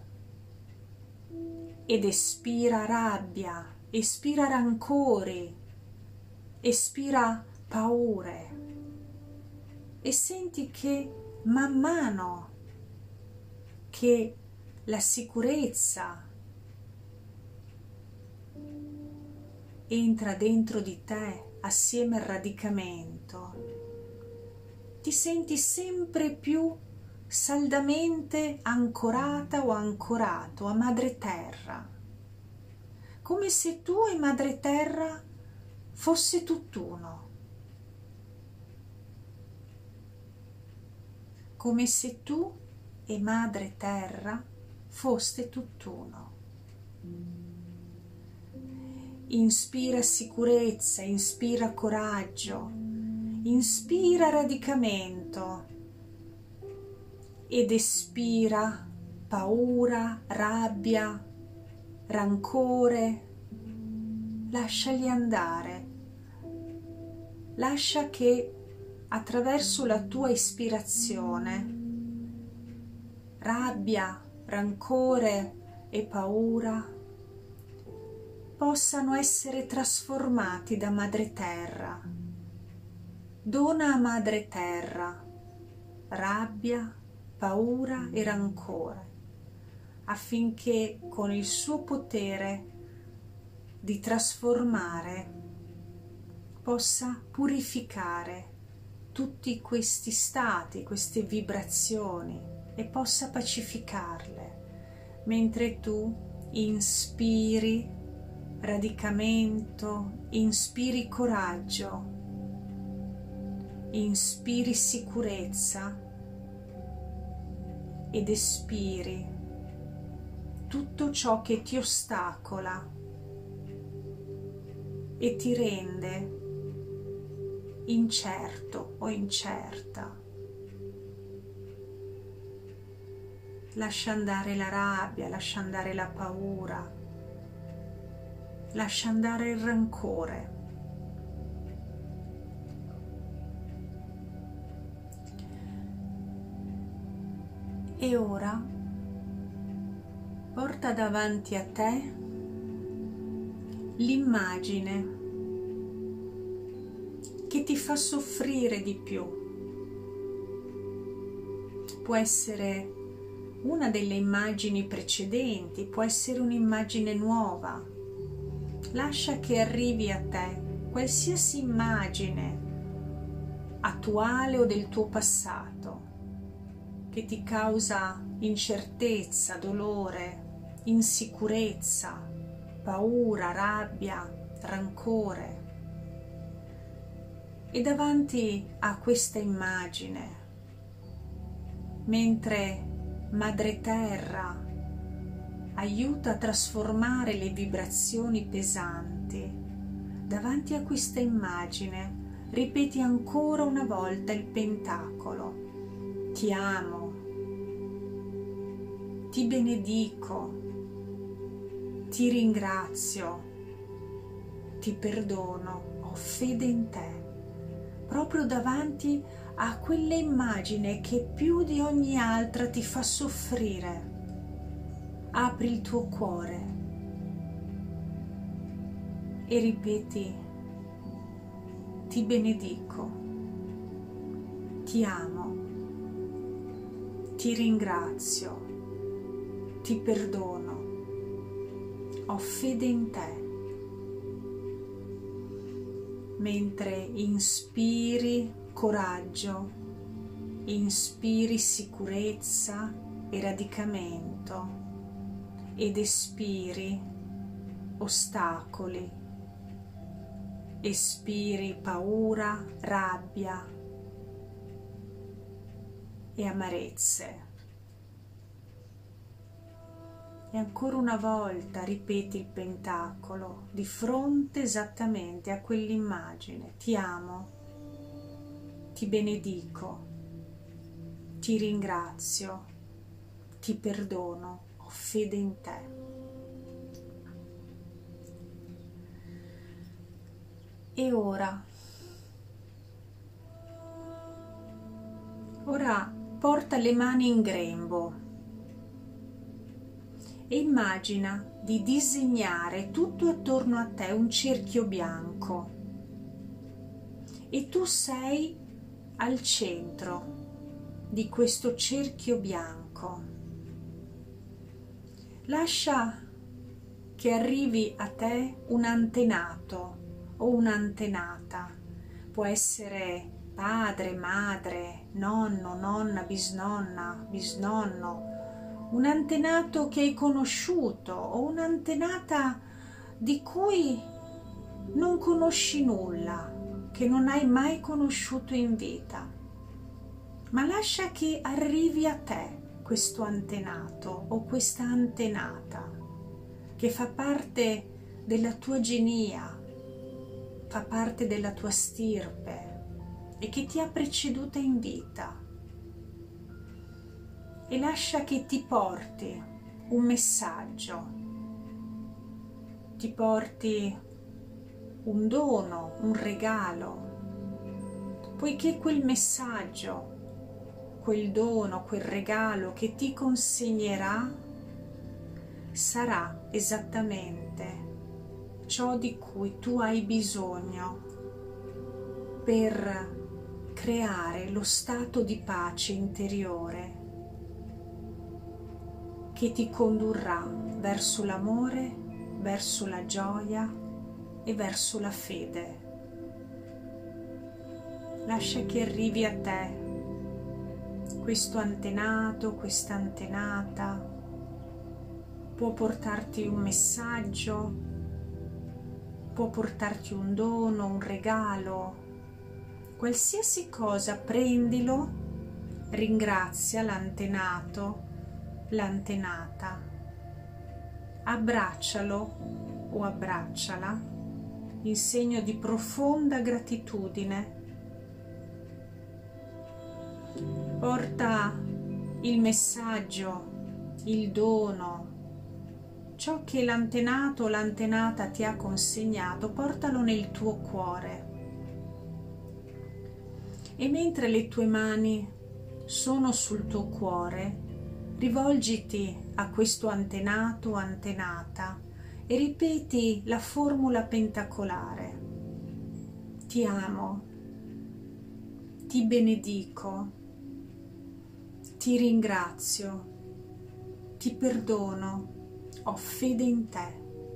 ed espira rabbia, espira rancori, espira paure, e senti che man mano che la sicurezza entra dentro di te assieme al radicamento, ti senti sempre più saldamente ancorata o ancorato a madre terra, come se tu e madre terra fosse tutt'uno, come se tu e madre terra foste tutt'uno. Inspira sicurezza, inspira coraggio, inspira radicamento ed espira paura, rabbia, rancore. Lasciali andare. Lascia che attraverso la tua ispirazione rabbia, rancore e paura possano essere trasformati da madre terra. Dona a madre terra rabbia, paura e rancore, affinché con il suo potere di trasformare possa purificare tutti questi stati, queste vibrazioni, e possa pacificarle, mentre tu inspiri radicamento, inspiri coraggio, inspiri sicurezza ed espiri tutto ciò che ti ostacola e ti rende incerto o incerta. Lascia andare la rabbia, lascia andare la paura, lascia andare il rancore. E ora porta davanti a te l'immagine che ti fa soffrire di più. Può essere una delle immagini precedenti, può essere un'immagine nuova. Lascia che arrivi a te qualsiasi immagine attuale o del tuo passato che ti causa incertezza, dolore, insicurezza, paura, rabbia, rancore. E davanti a questa immagine, mentre Madre Terra aiuta a trasformare le vibrazioni pesanti, davanti a questa immagine ripeti ancora una volta il pentacolo: ti amo, ti benedico, ti ringrazio, ti perdono, ho fede in te. Proprio davanti a quella immagine che più di ogni altra ti fa soffrire, apri il tuo cuore e ripeti: ti benedico, ti amo, ti ringrazio, ti perdono, ho fede in te. Mentre inspiri coraggio, inspiri sicurezza e radicamento ed espiri ostacoli, espiri paura, rabbia e amarezze. E ancora una volta ripeti il pentacolo di fronte esattamente a quell'immagine. Ti amo, ti benedico, ti ringrazio, ti perdono, ho fede in te. E ora porta le mani in grembo e immagina di disegnare tutto attorno a te un cerchio bianco e tu sei al centro di questo cerchio bianco. Lascia che arrivi a te un antenato o un'antenata, può essere padre, madre, nonno, nonna, bisnonna, bisnonno, un antenato che hai conosciuto o un'antenata di cui non conosci nulla, che non hai mai conosciuto in vita, ma lascia che arrivi a te questo antenato o questa antenata che fa parte della tua genia, fa parte della tua stirpe e che ti ha preceduta in vita, e lascia che ti porti un messaggio, ti porti un dono, un regalo, poiché quel messaggio, quel dono, quel regalo che ti consegnerà sarà esattamente ciò di cui tu hai bisogno per creare lo stato di pace interiore che ti condurrà verso l'amore, verso la gioia e verso la fede. Lascia che arrivi a te questo antenato, questa antenata, può portarti un messaggio, può portarti un dono, un regalo, qualsiasi cosa, prendilo, ringrazia l'antenato, l'antenata, abbraccialo o abbracciala in segno di profonda gratitudine. Porta il messaggio, il dono, ciò che l'antenato o l'antenata ti ha consegnato, portalo nel tuo cuore. E mentre le tue mani sono sul tuo cuore, rivolgiti a questo antenato o antenata e ripeti la formula pentacolare. Ti amo, ti benedico, ti ringrazio, ti perdono, ho fede in te.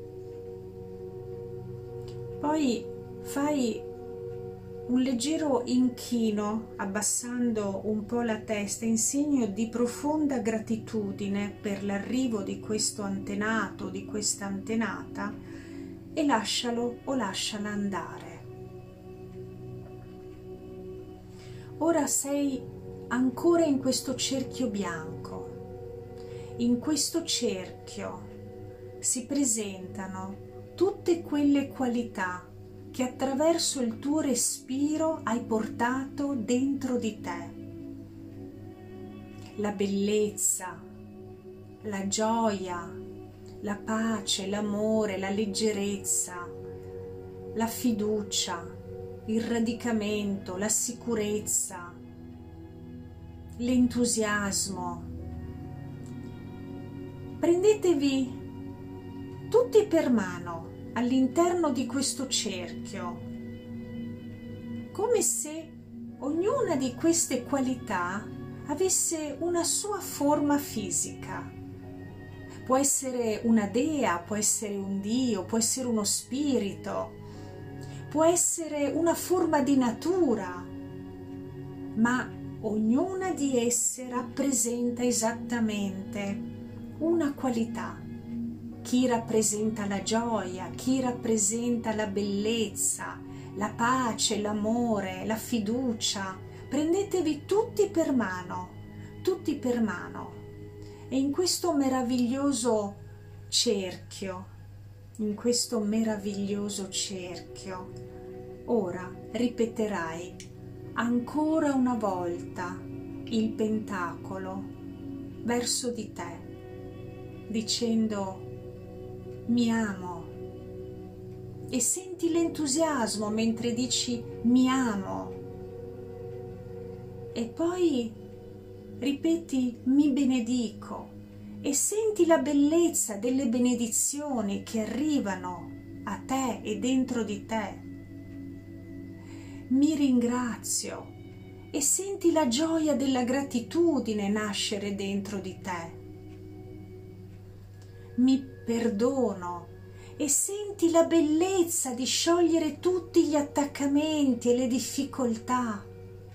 Poi fai un leggero inchino, abbassando un po' la testa in segno di profonda gratitudine per l'arrivo di questo antenato, di questa antenata, e lascialo o lasciala andare. Ora sei ancora in questo cerchio bianco. In questo cerchio si presentano tutte quelle qualità che attraverso il tuo respiro hai portato dentro di te. La bellezza, la gioia, la pace, l'amore, la leggerezza, la fiducia, il radicamento, la sicurezza, l'entusiasmo. Prendetevi tutti per mano all'interno di questo cerchio, come se ognuna di queste qualità avesse una sua forma fisica. Può essere una dea, può essere un dio, può essere uno spirito, può essere una forma di natura, ma ognuna di esse rappresenta esattamente una qualità. Chi rappresenta la gioia, chi rappresenta la bellezza, la pace, l'amore, la fiducia. Prendetevi tutti per mano, e in questo meraviglioso cerchio, in questo meraviglioso cerchio, ora ripeterai ancora una volta il pentacolo verso di te, dicendo mi amo, e senti l'entusiasmo mentre dici mi amo, e poi ripeti mi benedico e senti la bellezza delle benedizioni che arrivano a te e dentro di te. Mi ringrazio e senti la gioia della gratitudine nascere dentro di te. Mi perdono e senti la bellezza di sciogliere tutti gli attaccamenti e le difficoltà.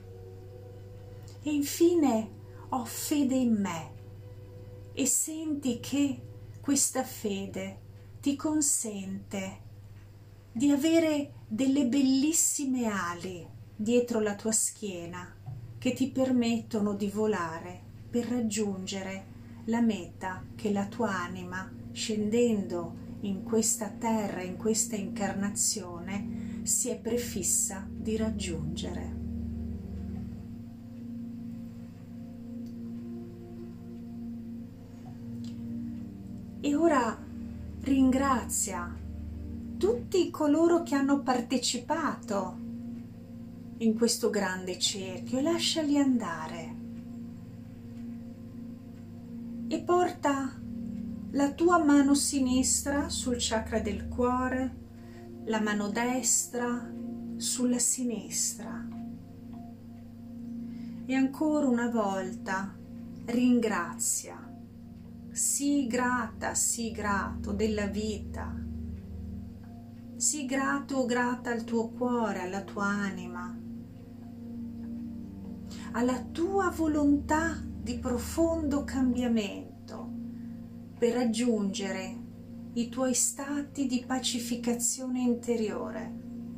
E infine ho fede in me e senti che questa fede ti consente di avere delle bellissime ali dietro la tua schiena che ti permettono di volare per raggiungere la meta che la tua anima, scendendo in questa terra, in questa incarnazione, si è prefissa di raggiungere. E ora ringrazia tutti coloro che hanno partecipato in questo grande cerchio e lasciali andare. E porta la tua mano sinistra sul chakra del cuore, la mano destra sulla sinistra. E ancora una volta ringrazia. Sii grata, sii grato della vita. Sii grato o grata al tuo cuore, alla tua anima, alla tua volontà di profondo cambiamento per raggiungere i tuoi stati di pacificazione interiore.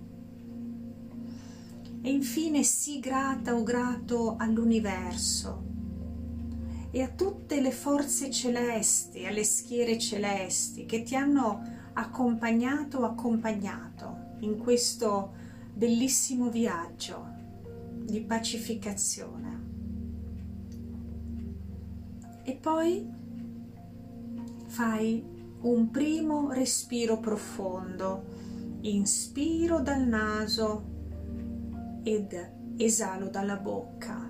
E infine sii grata o grato all'universo e a tutte le forze celesti, alle schiere celesti che ti hanno accompagnato o accompagnato in questo bellissimo viaggio di pacificazione. E poi fai un primo respiro profondo, inspiro dal naso ed esalo dalla bocca.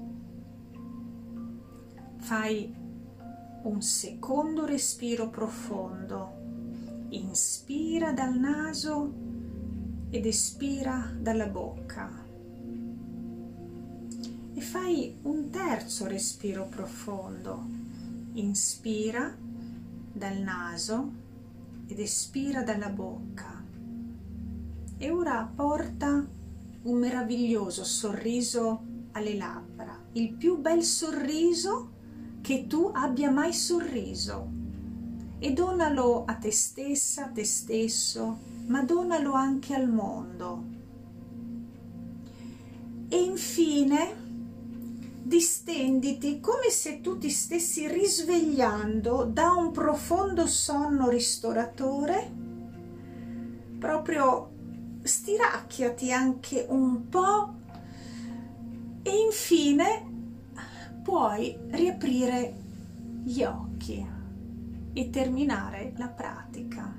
Fai un secondo respiro profondo, inspira dal naso ed espira dalla bocca. E fai un terzo respiro profondo, inspira dal naso ed espira dalla bocca. E ora porta un meraviglioso sorriso alle labbra, il più bel sorriso che tu abbia mai sorriso, e donalo a te stessa, a te stesso, ma donalo anche al mondo. E infine distenditi come se tu ti stessi risvegliando da un profondo sonno ristoratore, proprio stiracchiati anche un po' e infine puoi riaprire gli occhi e terminare la pratica.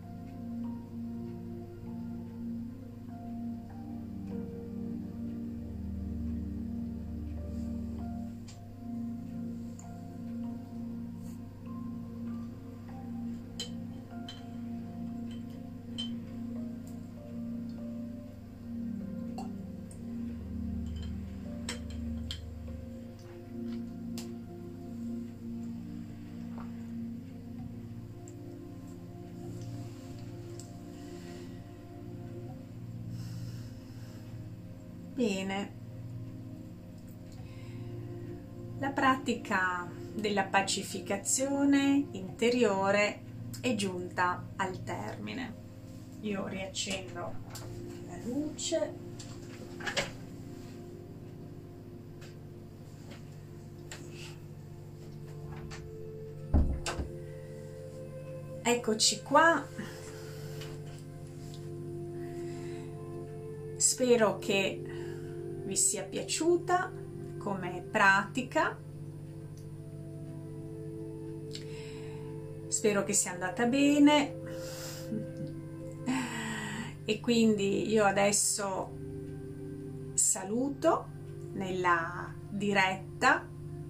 Bene, la pratica della pacificazione interiore è giunta al termine. Io riaccendo la luce. Eccoci qua. Spero che vi sia piaciuta come pratica. Spero che sia andata bene. E quindi io adesso saluto nella diretta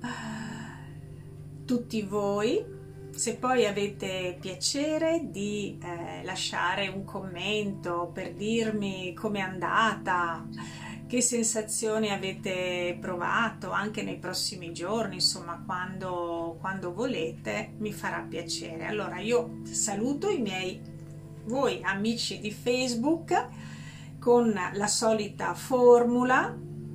tutti voi. Se poi avete piacere di lasciare un commento per dirmi com'è andata, che sensazioni avete provato anche nei prossimi giorni, insomma quando volete, mi farà piacere. Allora io saluto voi amici di Facebook con la solita formula: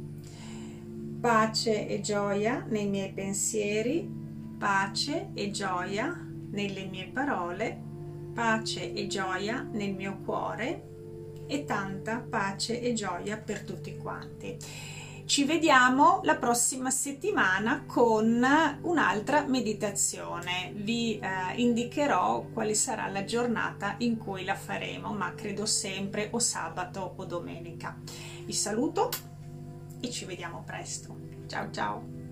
pace e gioia nei miei pensieri, pace e gioia nelle mie parole, pace e gioia nel mio cuore e tanta pace e gioia per tutti quanti. Ci vediamo la prossima settimana con un'altra meditazione. Vi indicherò quale sarà la giornata in cui la faremo, ma credo sempre o sabato o domenica. Vi saluto e ci vediamo presto. Ciao ciao!